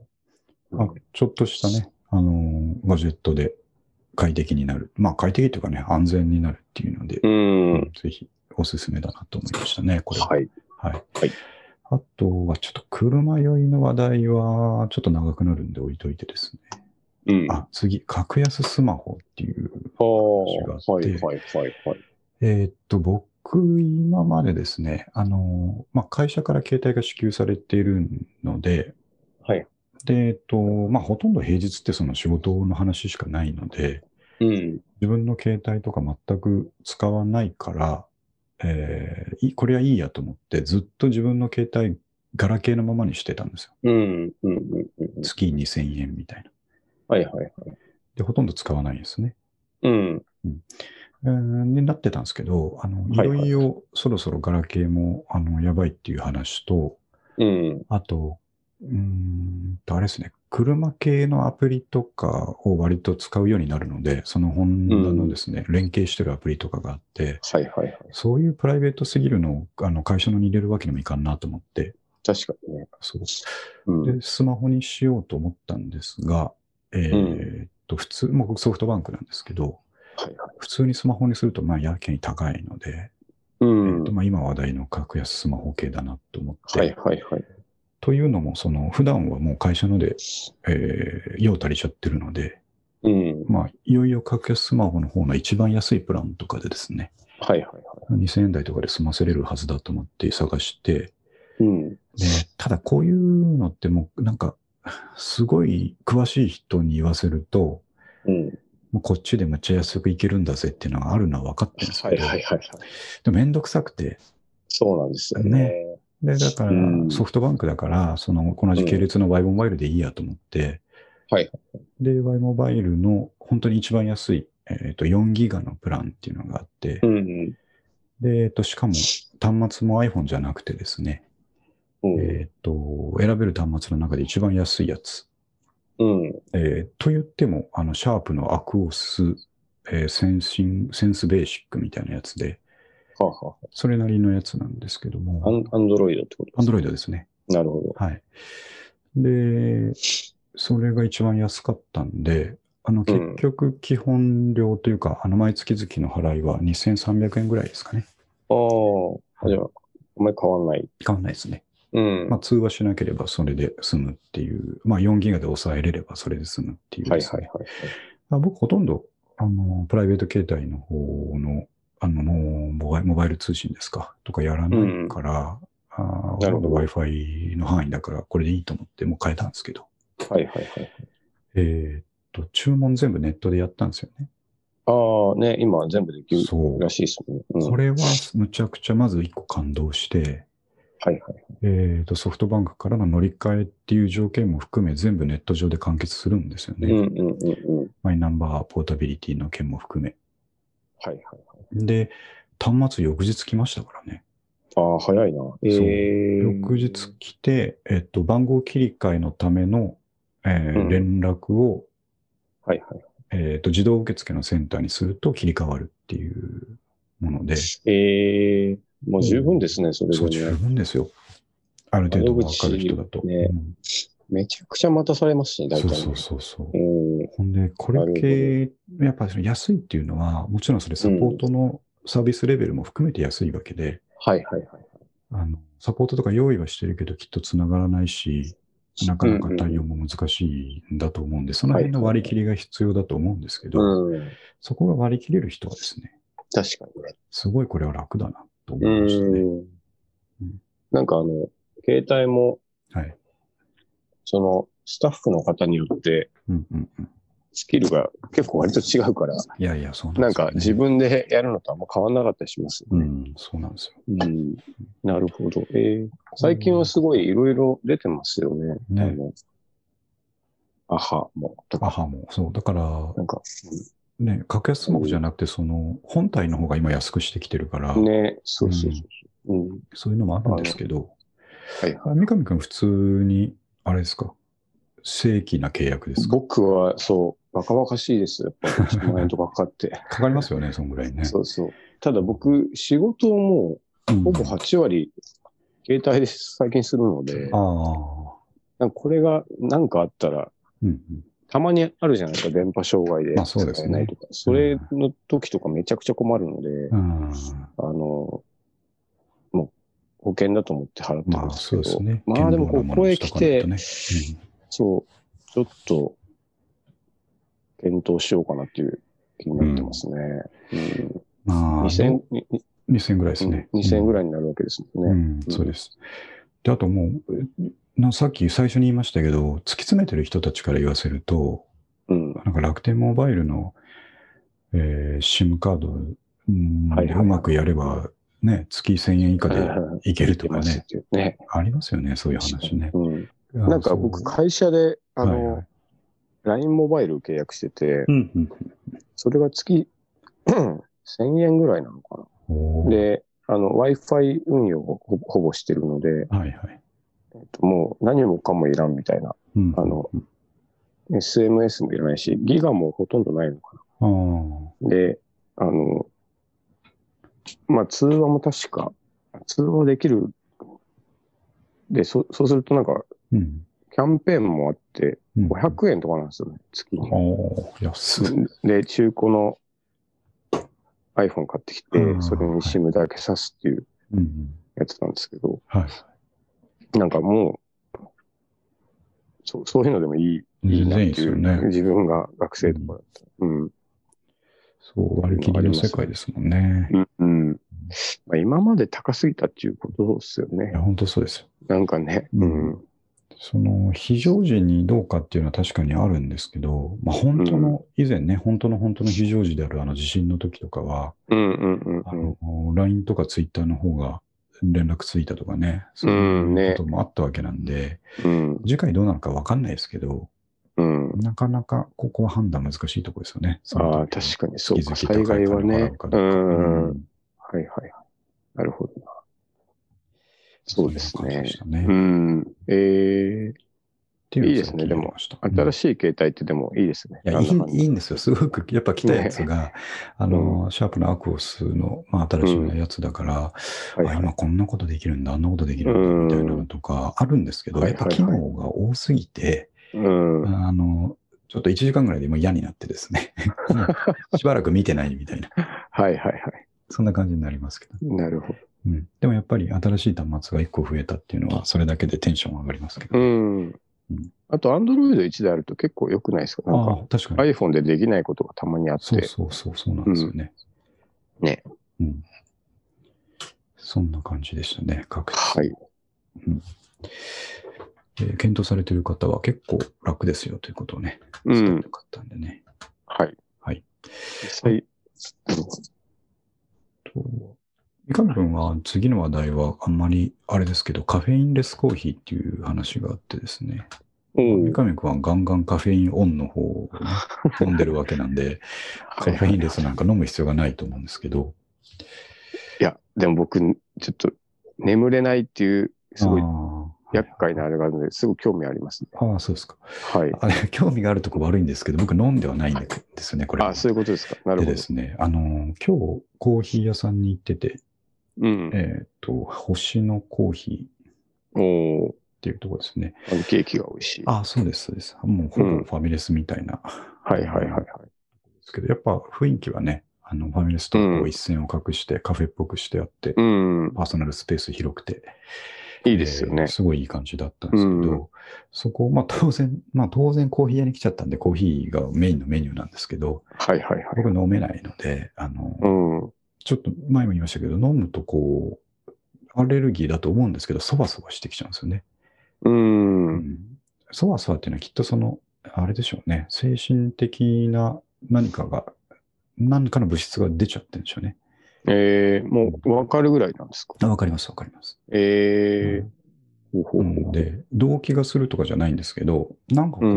あ、ちょっとしたね、あのー、ガジェットで快適になる。まあ、快適というかね、安全になるっていうので、 うん、うん、 ぜひおすすめだなと思いましたね、これは。 はい。 はい。はい。あとは、ちょっと車酔いの話題は、ちょっと長くなるんで置いといてですね。うん、あ、次、格安スマホっていう話があって、 はいはいはいはい。 えー、っと、僕、今までですね、あの、まあ、会社から携帯が支給されているので、 はい。 で、えっと、まあ、ほとんど平日ってその仕事の話しかないので、 うん、 自分の携帯とか全く使わないから、えー、これはいいやと思って、ずっと自分の携帯、ガラケーのままにしてたんですよ。 うん、うん、うん。 月にせんえんみたいな。 はいはいはい。 で、ほとんど使わないんですね。 うん。 うんえー、で、なってたんですけど、あの、いよいよそろそろガラケーも、あの、やばいっていう話と、 うん。 あと、うーんと、あれですね、車系のアプリとかを割と使うようになるので、そのホンダのですね、うん、連携してるアプリとかがあって、 はいはいはい。 そういうプライベートすぎるのをあの会社のに入れるわけにもいかんなと思って。 確かにね。 そう。うん、で、スマホにしようと思ったんですが、えー、っと、普通、もうソフトバンクなんですけど、はいはい、普通にスマホにすると、まあ、やけに高いので、うんえーとまあ、今話題の格安スマホ系だなと思って、 はいはいはい。 というのも、その、普段はもう会社ので、えー、用足りちゃってるので、うん、まあ、いよいよ格安スマホの方の一番安いプランとかでですね、 はいはいはい。 にせんえん台とかで済ませれるはずだと思って探して、 うん、 でただこういうのってもうなんか、すごい詳しい人に言わせると、うん、もうこっちでめっちゃ安くいけるんだぜっていうのがあるのは分かってるんですけど、はいはいはいはい、でもめんどくさくて。 そうなんですよね。ねで、だから、ソフトバンクだから、その、同じ系列の Y モバイルでいいやと思って、うん、はい。で、Y モバイルの本当に一番安い、えっと、よんギガのプランっていうのがあって、うんうん、で、えっと、しかも、端末も iPhone じゃなくてですね、うん、えっと、選べる端末の中で一番安いやつ。うんえー、と言っても、あの、シャープのアクオス、えー、センシン、センスベーシックみたいなやつで、はあはあ、それなりのやつなんですけども。 アンドロイドってことですか？ アンドロイドですね。 なるほど。 はい。で、それが一番安かったんで、あの、結局、基本料というか、うん、あの、毎月々の払いはにせんさんびゃくえんぐらいですかね。 ああ、じゃあ、あんまり変わんない。 変わんないですね。 うん。 まあ、通話しなければそれで済むっていう、まあ、よんギガで抑えれればそれで済むっていうですね。 はいはいはい、はい。 まあ、僕ほとんど、あの、プライベート携帯の方の、あの、モバイモバイル通信ですか、とかやらないから、うん、あほとんど Wi-Fi の範囲だから、これでいいと思ってもう変えたんですけど。 はいはいはい。 えーっと、注文全部ネットでやったんですよね。 ああ、ね、今全部できるらしいですね。 うん、これはむちゃくちゃまず一個感動して、 はいはい。 えっと、ソフトバンクからの乗り換えっていう条件も含め全部ネット上で完結するんですよね。 うんうんうんうん。 マイナンバーポータビリティの件も含め。 はいはいはい。 で、端末翌日来ましたからね。 ああ、早いな。えー、 そう。翌日来て、えっと、番号切り替えのための、えーうん、連絡を、 はいはい。 えっと、自動受付のセンターにすると切り替わるっていうもので。 えー、もう十分ですね、それで、ね。 そう、十分ですよ。ある程度わかる人だと。 ね、うん、めちゃくちゃ待たされますしね、大体、ね。 そうそうそうそう。うん、ほんで、これ系、やっぱ安いっていうのは、もちろんそれサポートのサービスレベルも含めて安いわけで、 うん、はいはいはい。 あの、サポートとか用意はしてるけど、きっと繋がらないし、なかなか対応も難しいんだと思うんで、その辺の割り切りが必要だと思うんですけど、うん、そこが割り切れる人はですね、 確かにね。 すごいこれは楽だなと思いましたね。うんうん、なんかあの、携帯も、 はい。 その、スタッフの方によって、 うんうんうん、 スキルが結構割と違うから、 いやいや、そうなんですよ、ね。 なんか自分でやるのとあんま変わんなかったりしますよね。 うん、そうなんですよ。 うん、なるほど。えー、最近はすごいいろいろ出てますよね。 ね。 あのアハもとか。 アハも、そう。だから、 なんか、 うん、ね、格安スマホじゃなくて、その、本体の方が今安くしてきてるから。 ね、そうそうそう、 うんうん。そういうのもあるんですけど、 はいはい。 三上くん普通に、あれですか、正規な契約ですか？ 僕は、そう、バカバカしいです。やっぱいちまん円とかかかって。 かかりますよね、そんぐらいね。 そうそう。ただ僕、仕事をもう、ほぼはち割、携帯で最近するので、 あなんかこれが何かあったら、 うんうん、 たまにあるじゃないですか、電波障害で使えないとか。まあ そ, ね、それの時とかめちゃくちゃ困るので、うん、あの、もう保険だと思って払ってるんですけど、まあ、そうですね、まあでもここへ来て、ね、うん、そう、ちょっと検討しようかなっていう気になってますね。うんうん、まあ、にせん、 にせんぐらいですね。 にせんぐらいになるわけですもんね。 うんうん、そうです。で、あともう、さっき最初に言いましたけど、突き詰めてる人たちから言わせると、うん、なんか楽天モバイルの、えー、SIM カード、うん、でうまくやれば、ね、月せんえん以下でいけるとかね。ねありますよね、そういう話ね。 うん、なんか僕、会社で、あの、はいはい、ライン モバイル契約してて、うんうん、それが月せんえんぐらいなのかな。で、あの、Wi-Fi 運用をほ, ほぼしてるので、はいはい、えっと、もう何もかもいらんみたいな。うん、あの、エスエムエス もいらないし、ギガもほとんどないのかな。で、あの、まあ、通話も確か、通話できる。で、そそうするとなんか、うん、キャンペーンもあって、ごひゃくえんとかなんですよね、月に。 安い。 で、中古の iPhone 買ってきて、それに SIM だけ挿すっていうやつなんですけど、はい、なんかもう、そう、そういうのでもいい、いいなっていう、ね、自分が学生とかだったら。うん。うん、 そう、割り切りの世界ですもんね。 うん、うん。まあ、今まで高すぎたっていうことですよね。 いや、本当そうですよ。 なんかね、うん。うん、 その、非常時にどうかっていうのは確かにあるんですけど、まあ、本当の、うん、以前ね、本当の本当の非常時であるあの地震の時とかは、 うんうんうんうん、 あの、ライン とか Twitter の方が連絡ついたとかね、そういうこともあったわけなんで、うんね、次回どうなるかわかんないですけど、うん、なかなかここは判断難しいところですよね。 ああ、確かにそうか、災害はね。うん。はいはいはい。なるほどな。そうですね。ねうん。ええー、いいですね。でも、新しい携帯ってでもいいですね。 いや、いい、いいんですよ。すごく、やっぱ来たやつが、ね、あの、うん、シャープのアクオスの、まあ、新しいやつだから、うんはいはい、あ、今こんなことできるんだ、あんなことできるんだ、みたいなのとかあるんですけど、うん、やっぱ機能が多すぎて、はいはいはい、あの、ちょっといちじかんぐらいでもう嫌になってですね。しばらく見てないみたいな。 はいはいはい。 そんな感じになりますけど。 なるほど。 うん。でもやっぱり新しい端末がいっこ増えたっていうのは、それだけでテンション上がりますけど。 うん。うん、あと、アンドロイドいちであると結構良くないですか？なんか、確かに iPhone でできないことがたまにあって。 そうそうそう、そうなんですよね。 うん、ね。 うん。そんな感じでしたね、各地。 はい。 うんえー、検討されている方は結構楽ですよということをね、 伝えたかったんでね。 はい。 はい。 実際、 三上君は次の話題はあんまりあれですけど、カフェインレスコーヒーっていう話があってですね。三上君はガンガンカフェインオンの方を、ね、飲んでるわけなんで、カフェインレスなんか飲む必要がないと思うんですけど。 いや、でも僕、ちょっと眠れないっていう、すごい厄介なあれがあるので、すごく興味ありますね。 ああ、そうですか。 はい。 あれ、興味があるとこ悪いんですけど、僕飲んではないんですよね、これ。 ああ、そういうことですか。なるほど。 でですね、あの、今日コーヒー屋さんに行ってて、うん、えっと、星のコーヒーおっていうところですね。 あのケーキが美味しい。 ああ、そうです、そうです。もうほぼファミレスみたいな。 うん、はいはいはいはい。 ですけど、やっぱ雰囲気はね、あの、ファミレスとこう一線を画してカフェっぽくしてあって、うん、パーソナルスペース広くて、 いいですよね、 えー。すごいいい感じだったんですけど、うん、そこ、まあ当然、まあ当然コーヒー屋に来ちゃったんで、コーヒーがメインのメニューなんですけど、 はいはいはい。 僕飲めないので、あの、うん、ちょっと前も言いましたけど、飲むとこう、アレルギーだと思うんですけど、そばそばしてきちゃうんですよね。うん。うん、そばそばっていうのはきっとその、あれでしょうね、精神的な何かが、何かの物質が出ちゃってるんでしょうね。 えー、もう分かるぐらいなんですか？ あ、分かります、分かります。 えー、 うん、で、動悸がするとかじゃないんですけど、なんかこう、うん、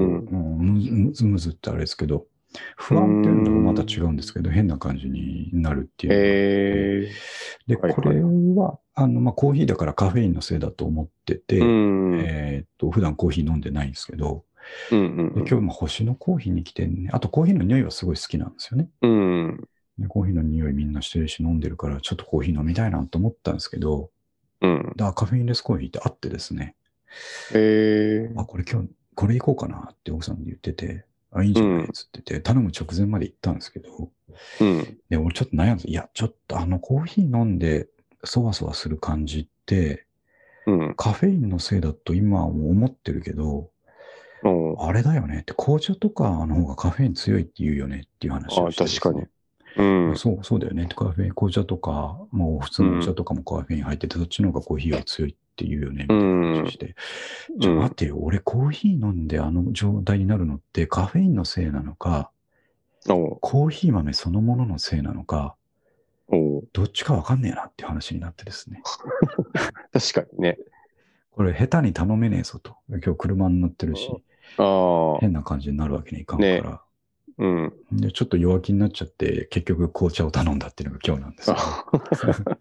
むずむずってあれですけど、不安っていうのとまた違うんですけど、変な感じになるっていうのがあって、えー、で、これは、あの、まあ、コーヒーだからカフェインのせいだと思ってて、えっと、普段コーヒー飲んでないんですけど、うんうんうん、で今日も星のコーヒーに来てね、あとコーヒーの匂いはすごい好きなんですよね。うんでコーヒーの匂いみんなしてるし飲んでるから、ちょっとコーヒー飲みたいなと思ったんですけど、うん、だカフェインレスコーヒーってあってですね。えー、あ、これ今日、これ行こうかなって奥さんに言ってて、あ、いいんじゃないっつってて、うん、頼む直前まで行ったんですけど、うん、で、俺ちょっと悩んで、いや、ちょっとあのコーヒー飲んで、そわそわする感じって、うん、カフェインのせいだと今はもう思ってるけど、うん、あれだよねって、紅茶とかの方がカフェイン強いって言うよねっていう話をして、ね、あ、確かに。うん、そう、そうだよね。カフェイン、紅茶とか、もう普通のお茶とかもカフェイン入ってて、そっちの方がコーヒーは強いって言うよね、みたいな話して。うん、じゃあ待ってよ、俺コーヒー飲んであの状態になるのってカフェインのせいなのか、コーヒー豆そのもののせいなのか、どっちかわかんねえなっていう話になってですね。確かにね。これ下手に頼めねえぞと。今日車に乗ってるし、あ変な感じになるわけにいかんから。ねうん、で、ちょっと弱気になっちゃって、結局紅茶を頼んだっていうのが今日なんですけど。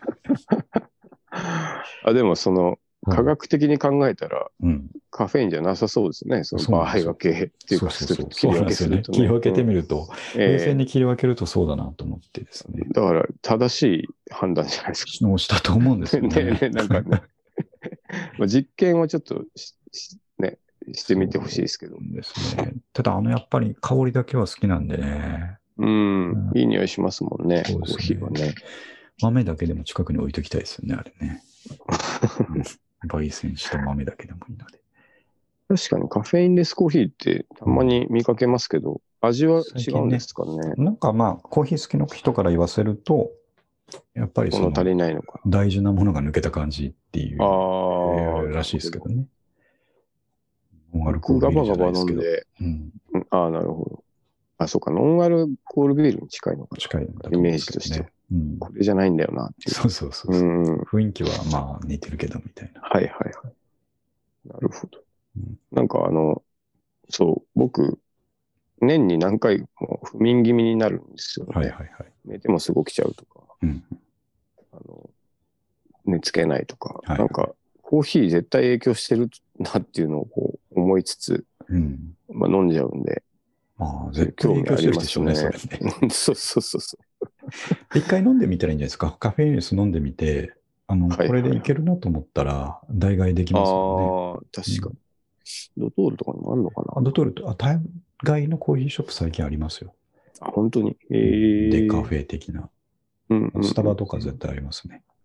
あでも、その、科学的に考えたら、うん、カフェインじゃなさそうですね。その場合分けっていうか、切り分けすると、ね。切り分けてみると、うん、冷静に切り分けるとそうだなと思ってですね。だから、正しい判断じゃないですか。をしたと思うんですよね。ねなんかね。実験をちょっとね、してみてほしいですけど。ですね。ただ、あの、やっぱり香りだけは好きなんでね。うん、うん、いい匂いしますもんね、コーヒーはね。豆だけでも近くに置いときたいですよね、あれね。焙煎した豆だけでもいいので。確かにカフェインレスコーヒーってたまに見かけますけど、うん、味は違うんですかね。なんかまあ、コーヒー好きの人から言わせると、やっぱりその、足りないのか。大事なものが抜けた感じっていう、あらしいですけどね。ノンアルコールビールじゃないですけど。ガバガバ飲んで、うん、ああ、なるほど。あ、そうか、ノンアルコールビールに近いのかな。近いんだと思うんですけどね。イメージとしては。うん、これじゃないんだよなっていう。そうそうそうそう、うん。雰囲気はまあ似てるけどみたいな。はいはいはい。なるほど。うん、なんかあの、そう、僕、年に何回も不眠気味になるんですよね。はいはいはい。寝てもすぐ起きちゃうとか、うん、あの寝つけないとか、はい、なんかコーヒー絶対影響してるなっていうのをこう思いつつ、うんまあ、飲んじゃうんで、まあ、絶対影響してるでしょうね、それね。そうそうそうそう。一回飲んでみたらいいんじゃないですか。カフェインレス飲んでみて、あの、はいはいはい、これでいけるなと思ったら、代替できますよね。ああ、確かに。うん、ドトールとかにもあるのかな。ドトールと、あ、大概のコーヒーショップ最近ありますよ。あ、本当に。へえ。デカフェ的な。うんうんうん、スタバとか絶対ありますね。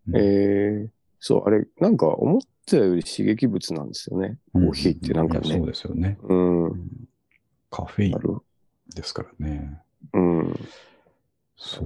うん、 えー、そう、あれ、なんか思ったより刺激物なんですよね。コーヒーってなんかね。 うん、そうですよね。 うん。うん、 カフェインですからね。 うん。 そう。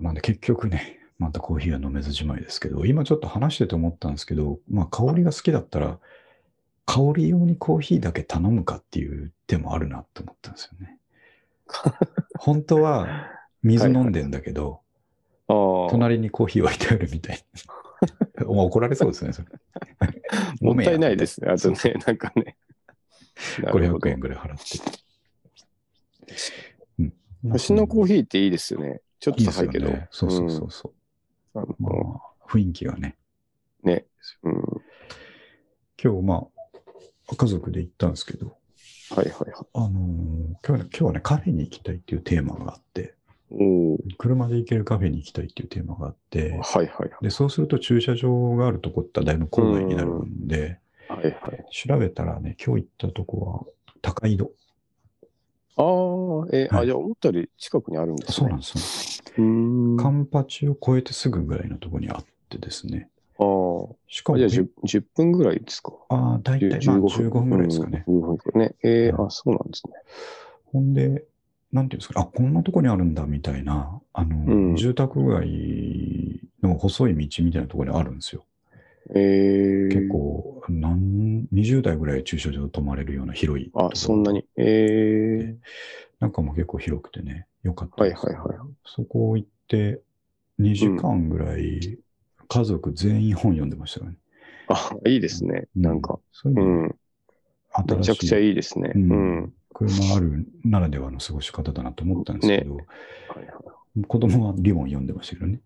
なんで結局ね、またコーヒーは飲めずじまいですけど、今ちょっと話してて思ったんですけど、まあ香りが好きだったら、香り用にコーヒーだけ頼むかっていう手もあるなって思ったんですよね。本当は水飲んでんだけど、はいはい、隣にコーヒー置いてあるみたいな。怒られそうですね、それ。 もったいないですね。あとね、そうそうなんかね。 ごひゃくえんぐらい払って。 うん。星のコーヒーっていいですよね。ちょっと高いけど。いいね、そうそうそうそう。うん、あのまあ、雰囲気がね。 ね。うん、 今日、まあ、家族で行ったんですけど、 はいはいはい。 あのー、今日はね、今日はね、カフェに行きたいっていうテーマがあって、車で行けるカフェに行きたいっていうテーマがあって、 はいはいはい。 で、そうすると駐車場があるとこってだいぶ郊外になるんで、 はいはい。 調べたらね、今日行ったとこは高井戸。 ああ、えーはい、あ、じゃあ思ったより近くにあるんですね。 そうなんですよ。カンパチを越えてすぐぐらいのところにあってですね。 ああ。しかも。じゃあ 10, じゅっぷんぐらいですか。 ああ、だいたいじゅうごふんぐらいですかね。 じゅうごふんね。えーうん、あ、そうなんですね。 ほんで、なんていうんですか、あ、こんなとこにあるんだみたいな、あの、うん、住宅街の細い道みたいなところにあるんですよ。えー、結構、何、にじゅうだいぐらい駐車場止まれるような広いところ。 あ、そんなに。えー、 なんかも結構広くてね、よかったです。 はいはいはい。 そこ行って、にじかんぐらい、家族全員本読んでましたよね。 うん、あ、いいですね。うん、なんか。 そういうの、ね、 うん、めちゃくちゃいいですね。うん。うん、 車あるならではの過ごし方だなと思ったんですけど、ね、はいはい、子供はリボン読んでましたけどね。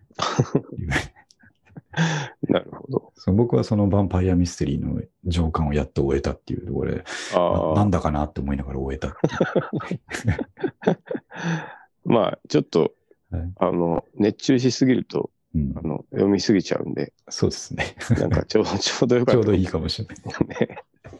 なるほど。 その僕はそのヴァンパイアミステリーの上巻をやっと終えたっていうところで、あなんだかなって思いながら終えたっていう。 まあ、ちょっと、はい、あの、熱中しすぎると、うん、あの読みすぎちゃうんで。 そうですね。 なんかちょうど、ちょうどよかった。 ちょうどいいかもしれない。ね、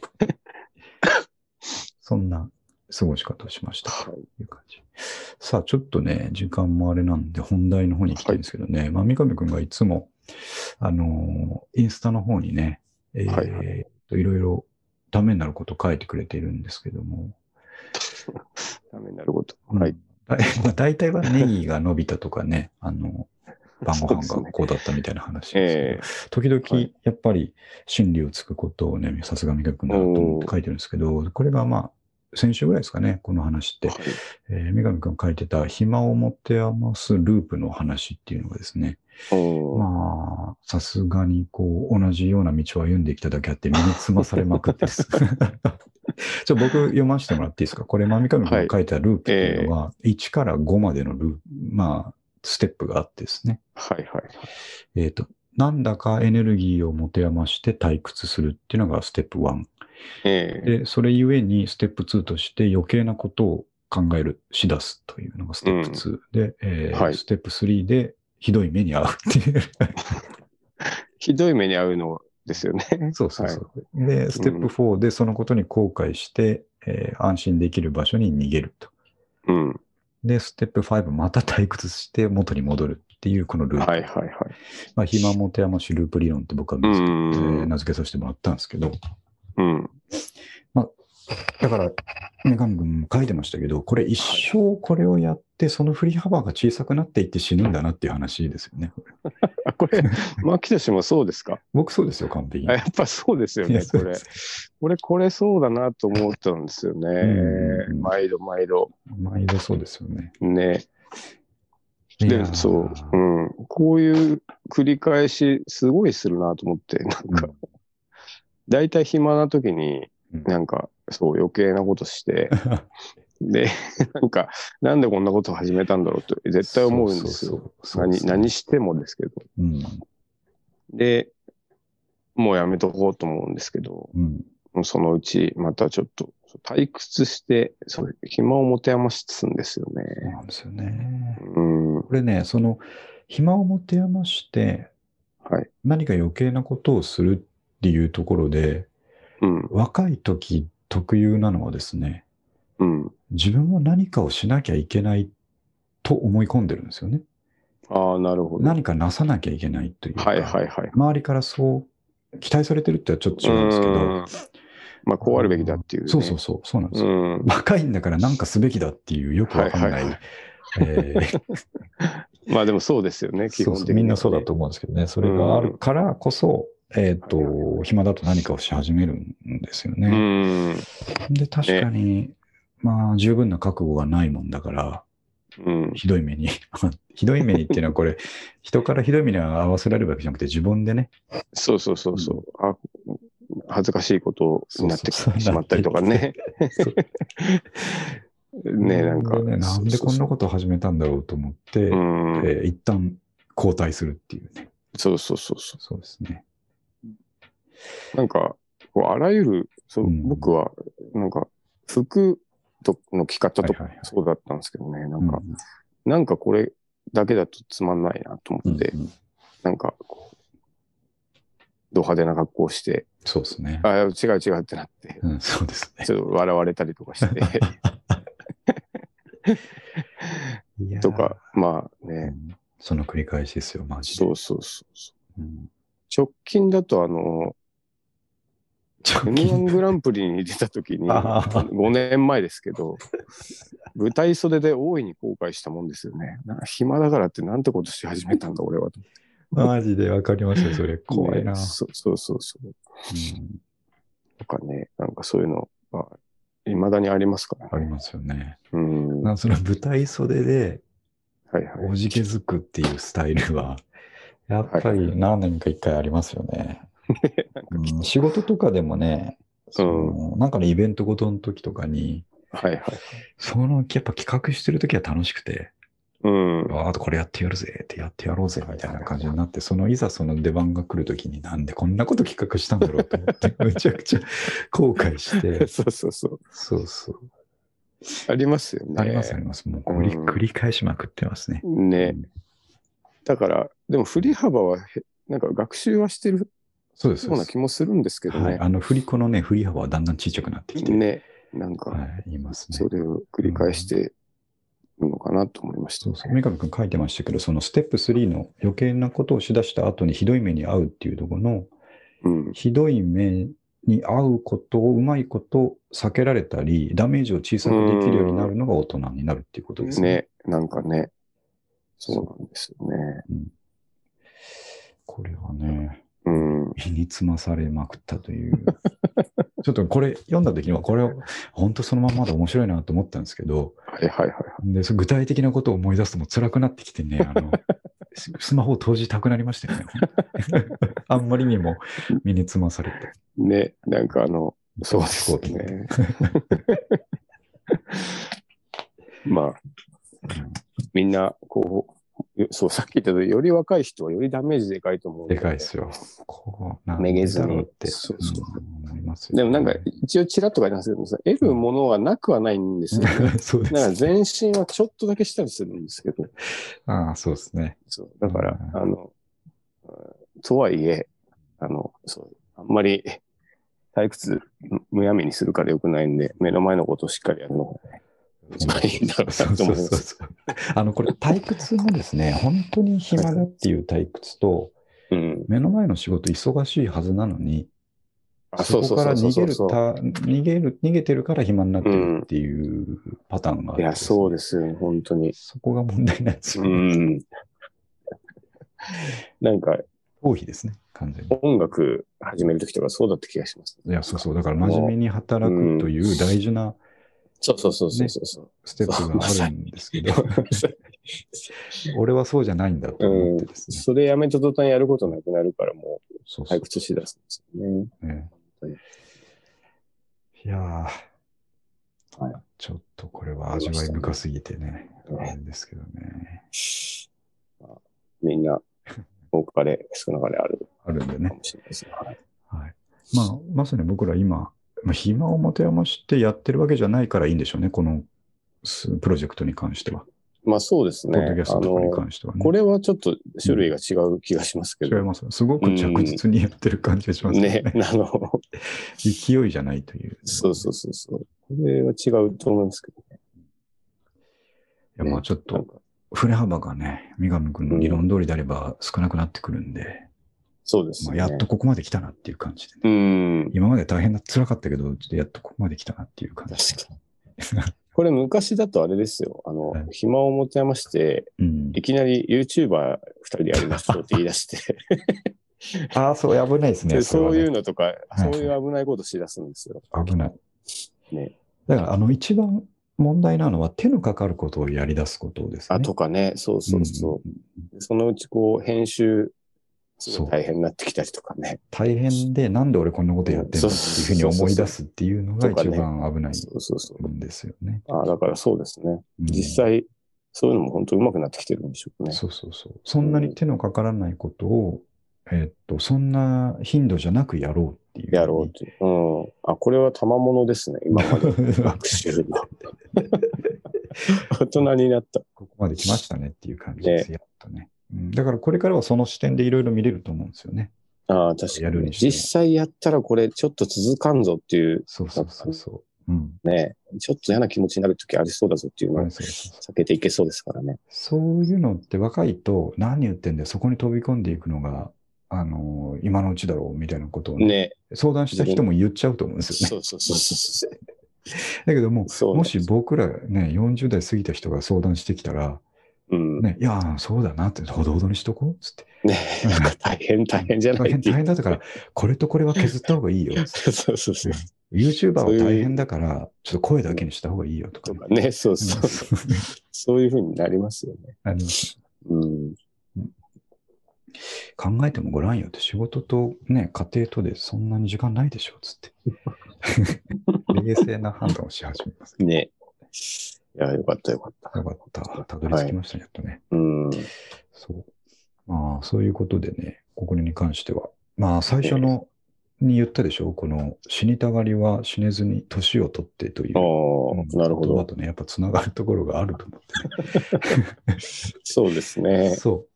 そんな過ごし方をしましたという感じ。はい、さあ、ちょっとね、時間もあれなんで、本題の方に行きたいんですけどね、はい、まあ、三上くんがいつも、あのー、インスタの方にね、えー、はいはい、いろいろためになることを書いてくれているんですけども。 ためになること。はい。 うんまあ、大体はネギが伸びたとかね、あの、晩ご飯がこうだったみたいな話ですけど、ねえー、時々やっぱり真理をつくことをね、さすが三上くんだなと思って書いてるんですけど、これがまあ、先週ぐらいですかね、この話って。はい、えー、三上くんが書いてた暇を持て余すループの話っていうのがですね、まあ、さすがにこう、同じような道を歩んできただけあって身につまされまくってです。ちょ僕読ませてもらっていいですか？これ、三上くんが書いたループっていうのは、はい、えー、いちからごまでのループ、まあ、ステップがあってですね。 はいはい。 えっと、なんだかエネルギーを持て余して退屈するっていうのがステップいち。えー、で、それゆえにステップにとして余計なことを考える、しだすというのがステップに。うん、で、えーはい、ステップさんでひどい目に遭うっていう。 ひどい目に遭うのですよね。 そうそうそう。はい、で、ステップよんでそのことに後悔して、うん、えー、安心できる場所に逃げると。うん、で、ステップご、また退屈して元に戻るっていうこのループ。はいはいはい。まあ、暇持て余しループ理論って僕は名付け、えー、名付けさせてもらったんですけど。うん。まあ、だから、三上君も書いてましたけど、これ一生これをやって、その振り幅が小さくなっていって死ぬんだなっていう話ですよね。 これ、牧田氏もそうですか？ 僕そうですよ、完璧に。 やっぱそうですよね、これ。これ、これそうだなと思ったんですよね。うん、毎度毎度。 毎度そうですよね。 ね。で、そう、うん。こういう繰り返し、すごいするなと思って、なんか、だいたい暇な時に、なんか、そう、余計なことして、で、なんか、なんでこんなことを始めたんだろうと、絶対思うんですよ。何、何してもですけど。うん、で、もうやめとこうと思うんですけど、うん、そのうち、またちょっと、退屈して、そう、暇を持て余すんですよね。 そうなんですよね。うん、これね、その、暇を持て余して、はい、何か余計なことをするっていうところで、うん、若い時特有なのはですね、うん、自分は何かをしなきゃいけないと思い込んでるんですよね。 ああ、なるほど。 何かなさなきゃいけないというか、 はいはいはい。 周りからそう期待されてるってはちょっと違うんですけど、 まあ、こうあるべきだっていう、ね。 そうそうそう、そうなんですよ。若いんだから何かすべきだっていうよくわかんない。はいはいはいえー、 まあでもそうですよね、基本的に、ね、 そうそうみんなそうだと思うんですけどね。それがあるからこそ、えっ、ー、と、暇だと何かをし始めるんですよね。うんで、確かに、ね、まあ、十分な覚悟がないもんだから、うん、ひどい目に。ひどい目にっていうのはこれ、人からひどい目に合わせられるわけじゃなくて自分でね。 そうそうそうそう。うん、あ恥ずかしいことになってしまったりとかね。ねなんか、 ね。なんでこんなことを始めたんだろうと思って、うんえー、一旦後退するっていうね。 そうそうそうそう。 そうですね。 なんか、こうあらゆる、そう、うん、僕は、なんか、服との着方とかそうだったんですけどね、はいはいはい、なんか、うん、なんかこれだけだとつまんないなと思って、うんうん、なんかこう、ド派手な格好をして、 そうですね。 あ、違う違うってなって、 うん、そうですね。 ちょっと笑われたりとかして。とか、まあね、 うん。その繰り返しですよ、マジで。 そうそうそうそう、うん。直近だとあの、エムワン グランプリに出た時に、ごねんまえですけど、舞台袖で大いに後悔したもんですよね。なんか暇だからってなんてことし始めたんだ、俺は。 マジでわかりますよ、それ。怖いな。 ね、そそうそうそう。うん、とかね、なんかそういうのは、未だにありますからね。 ありますよね。 うん。 なんかその舞台袖で、 はいはい。 おじけづくっていうスタイルは、やっぱり何年か一回ありますよね。うん、仕事とかでもね、その、うん、なんかのイベントごとの時とかに、 はいはい。 その、やっぱ企画してる時は楽しくて、 うん。 あとこれやってやるぜってやってやろうぜみたいな感じになって、そのいざその出番が来る時になんでこんなこと企画したんだろうと思って、めちゃくちゃ後悔して。 そうそうそう。 そうそう。 ありますよね。 ありますあります。もう繰り、うん、繰り返しまくってますね。 ね。うん、だから、でも振り幅は、なんか学習はしてるそうです。 ような気もするんですけどね。はい、 あの振り子のね、振り幅はだんだん小さくなってきて。 ね。なんか、 はい、言いますね。 それを繰り返してるのかなと思いました、ね。 うん、そうそう。三上君書いてましたけど、そのステップスリーの余計なことをしだした後にひどい目に遭うっていうところの、うん、ひどい目に遭うことをうまいこと避けられたり、ダメージを小さくできるようになるのが大人になるっていうことですね。 ね。なんかね。そうなんですよね。 うん、これはね、 うん、 身につまされまくったという。ちょっとこれ読んだ時には、これを本当そのままで面白いなと思ったんですけど、 はいはいはい。 で、具体的なことを思い出すとも辛くなってきてね、あの、スマホを投じたくなりましたよね。あんまりにも身につまされて。 ね、なんかあの、そうですね。まあ、みんな、こう、そう、さっき言ったように、より若い人はよりダメージでかいと思う。 でかいですよ。こう、 めげずに。 って。そうそう。思いますよね。でもなんか、一応ちらっと書いてますけど、得るものはなくはないんですよね。 そうです。 だから前進はちょっとだけしたりするんですけど。 ああ、そうですね。 そう。だから、あの、とはいえ、あの、そう、あんまり退屈、むやみにするから良くないんで、目の前のことをしっかりやるのがね、一番いいんだろうなと思います。そうそうそう。 あの、これ退屈もですね、本当に暇だっていう退屈と、うん、目の前の仕事忙しいはずなのに、そこから逃げる、逃げる、逃げてるから暇になってるっていうパターンがあって、ね、 いや、そうですよ、本当に。 そこが問題なんですよ、 ね。うん。なんか、 逃避ですね、完全に。 音楽始めるときとかそうだった気がします、 ね。いや、そうそう。だから真面目に働くという大事な、 そうそうそうそうそう、ね、 ステップがあるんですけど、俺はそうじゃないんだと思ってですね。 うん、それやめた途端やることなくなるからもう退屈しだすんですよね。 ねいやー、はい、ちょっとこれは味わい深すぎてね、あれですけどね。 みんな多かれ少なかれあるあるんでね。 かもしれないですね。はい。 はい、まあまさに僕ら今、まあ、暇を持て余してやってるわけじゃないからいいんでしょうね、このプロジェクトに関しては。 まあそうですね。 ポッドキャストとかに関してはね。 これはちょっと種類が違う気がしますけど。 うん、違います。すごく着実にやってる感じがしますね。 ね、あの、 勢いじゃないという、ね。 そうそうそうそう。これは違うと思いますけどね。 いや、まあちょっと、 振れ幅がね、三上君の理論通りであれば少なくなってくるんで、うん、 そうですね。 まあ、やっとここまで来たなっていう感じで、ね。 うん。 今まで大変だ、辛かったけど、ちょっとやっとここまで来たなっていう感じ。 確かに。これ昔だとあれですよ。あの、はい、暇を持て余して、うん、いきなり YouTuber 二人でやりましょうって言い出して。 ああ、そう危ないですね。 そういうのとか、はいはい、そういう危ないことしだすんですよ。 危ない。 ね。 だから、あの、一番問題なのは手のかかることをやり出すことですね。 あ、とかね。そうそうそう。うん、そのうちこう、編集、すごい大変になってきたりとかね。 大変で、なんで俺こんなことやってんだっていうふうに思い出すっていうのが一番危ないんですよね。 あだからそうですね。うん、実際、そういうのも本当上手くなってきてるんでしょうね。 そうそうそう。そんなに手のかからないことを、うん、えー、っと、そんな頻度じゃなくやろうっていう。 やろうっていう。うん。あ、これは賜物ですね。今までの学習の。大人になった。 ここまで来ましたねっていう感じです。ね、やっとね。うん、だからこれからはその視点でいろいろ見れると思うんですよね。 ああ、確かに。実際やったらこれちょっと続かんぞっていう。 そうそうそうそう。うん、 ねちょっと嫌な気持ちになるときありそうだぞっていうのを避けていけそうですからね。 そういうのって若いと何言ってんだよ、そこに飛び込んでいくのが、あのー、今のうちだろうみたいなことをね、ね相談した人も言っちゃうと思うんですよね。 そうそうそうそう。 だけども、もし僕らね、よんじゅう代過ぎた人が相談してきたら、うんね、いや、そうだなって、ほどほどにしとこうつって。 ね大変、大変じゃない大変、大変だったから、これとこれは削った方がいいよ。 そうそうそう。 YouTuber は大変だから、ちょっと声だけにした方がいいよとか、 ね。とかね、そうそう。そういうふうになりますよね。 あります。 うん。 考えてもごらんよって、仕事とね、家庭とでそんなに時間ないでしょ、つって。冷静な判断をし始めます。 ね。いや、よかったよかった。 よかった。たどり着きましたね、やっとね。 うん。 そう。まあ、そういうことでね、これに関しては。まあ、最初の、に言ったでしょ、この死にたがりは死ねずに年を取ってという、 なるほど。 言葉とね、やっぱつながるところがあると思ってね。 そうですね。 そう。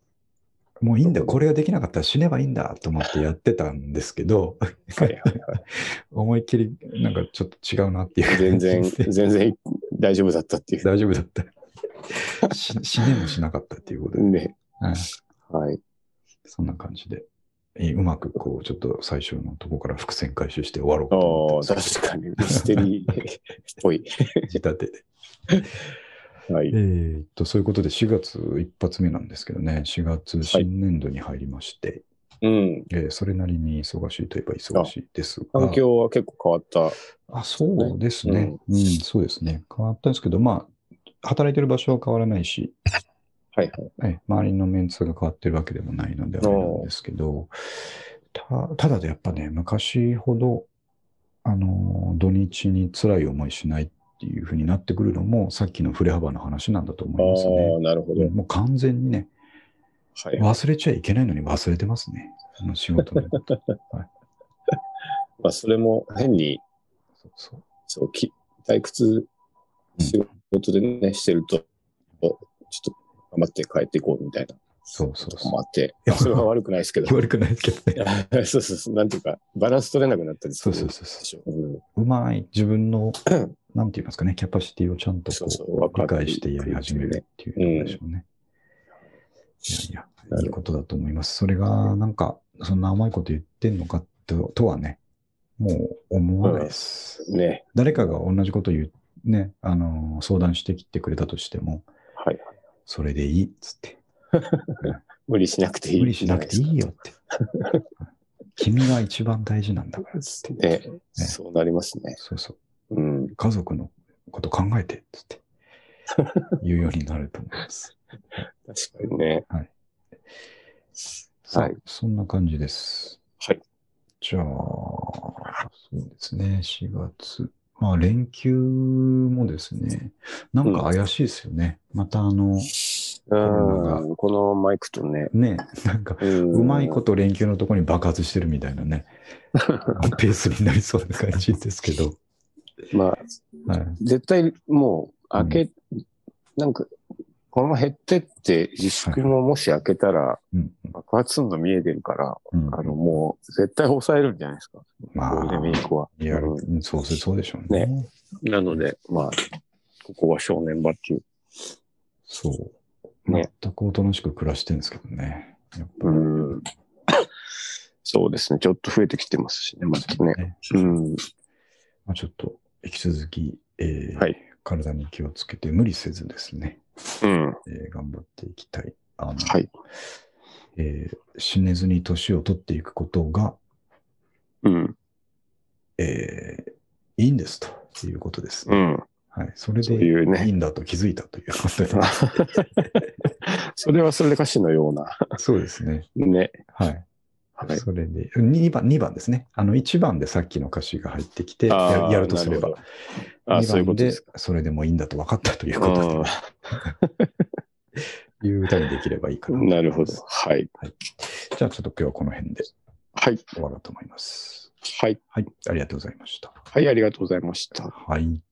もういいんだ、これができなかったら死ねばいいんだと思ってやってたんですけど、はいはいはい、思いっきりなんかちょっと違うなっていう感じで。全然、全然大丈夫だったっていう。 大丈夫だった。死ねもしなかったっていうことで。 ね。 はい。はい。そんな感じで。うまくこう、ちょっと最初のところから伏線回収して終わろうと思って。 確かに、ミステリーっぽい。 仕立てで。 はい。 えー、っと、そういうことでしがつ一発目なんですけどね、しがつ新年度に入りまして、 はい、うんえー、それなりに忙しいといえば忙しいですが。 環境は結構変わった、ね。 あ、そうですね、うん。うん、そうですね。変わったんですけど、まあ、働いてる場所は変わらないし、 はいはい。 周りのメンツが変わってるわけでもないのであれなんですけど、た, ただでやっぱね、昔ほど、あの、土日に辛い思いしないっていう風になってくるのも、さっきの振れ幅の話なんだと思いますね。 ああ、なるほど。 もう完全にね、はいはい、忘れちゃいけないのに忘れてますね。あの仕事のこと。はい、 まあ、それも変に、 そうそう。 そうき退屈仕事でね、うん、してると、ちょっと頑張って帰っていこうみたいな。 そうそうそう。 もあって、それは悪くないですけど。 悪くないですけどね。 そうそうそう。なんていうか、バランス取れなくなったりする。 そうそうそう。うん、うまい、自分の、なんて言いますかね、キャパシティをちゃんとこうそうそう理解してやり始めるっていうのでしょうね。うん、いやいや、いいことだと思います。それが、なんか、そんな甘いこと言ってんのかととはね、もう思わないです。 うん、ね。 誰かが同じこと言う、ね、あのー、相談してきてくれたとしても、 はい、 それでいいっつって。 無理しなくていい。 無理しなくていいよって。君が一番大事なんだからって。 ね、ねそうなりますね。 そうそう。 うん、 家族のこと考えてっつって言うようになると思います。 確かにね。 はい。はい。そんな感じです。 はい。 じゃあ、そうですね、しがつ。まあ、連休もですね、なんか怪しいですよね。うん、またあの、 コロナが。このマイクとね。 ね、なんか、うまいこと連休のところに爆発してるみたいなね、ペースになりそうな感じですけど。 まあ、はい、絶対もう、開け、うん、なんか、このまま減ってって、自粛ももし開けたら、爆発するの見えてるから、うん、あの、もう、絶対抑えるんじゃないですか。 まあ、 ゴールデンウィークは。 いや、うん、そうそうでしょうね。 ね。なので、まあ、ここは正念場っていう。 そう。 ね。 全くおとなしく暮らしてるんですけどね。 うん。そうですね。ちょっと増えてきてますしね、またね。ねうん。 まあ、ちょっと、引き続き、えーはい、 体に気をつけて無理せずですね、 うんえー、頑張っていきたい。あの、 はい。 えー、死ねずに年を取っていくことが、 うん。 えー、いいんですということですね。 うん。 はい。それでいいんだと気づいたということで。 それはそれで歌詞のような。 そうですね。 ね。 はい。 はい、 それで、にばん、にばんですね。あの、いちばんでさっきの歌詞が入ってきて、ややるとすれば。にばんで、それでもいいんだと分かったということで、いう歌にできればいいかな。 なるほど。はい。 はい、じゃあ、ちょっと今日はこの辺ではい。 終わろうと思います。 はい。 はい。ありがとうございました。 はい、ありがとうございました。 はい。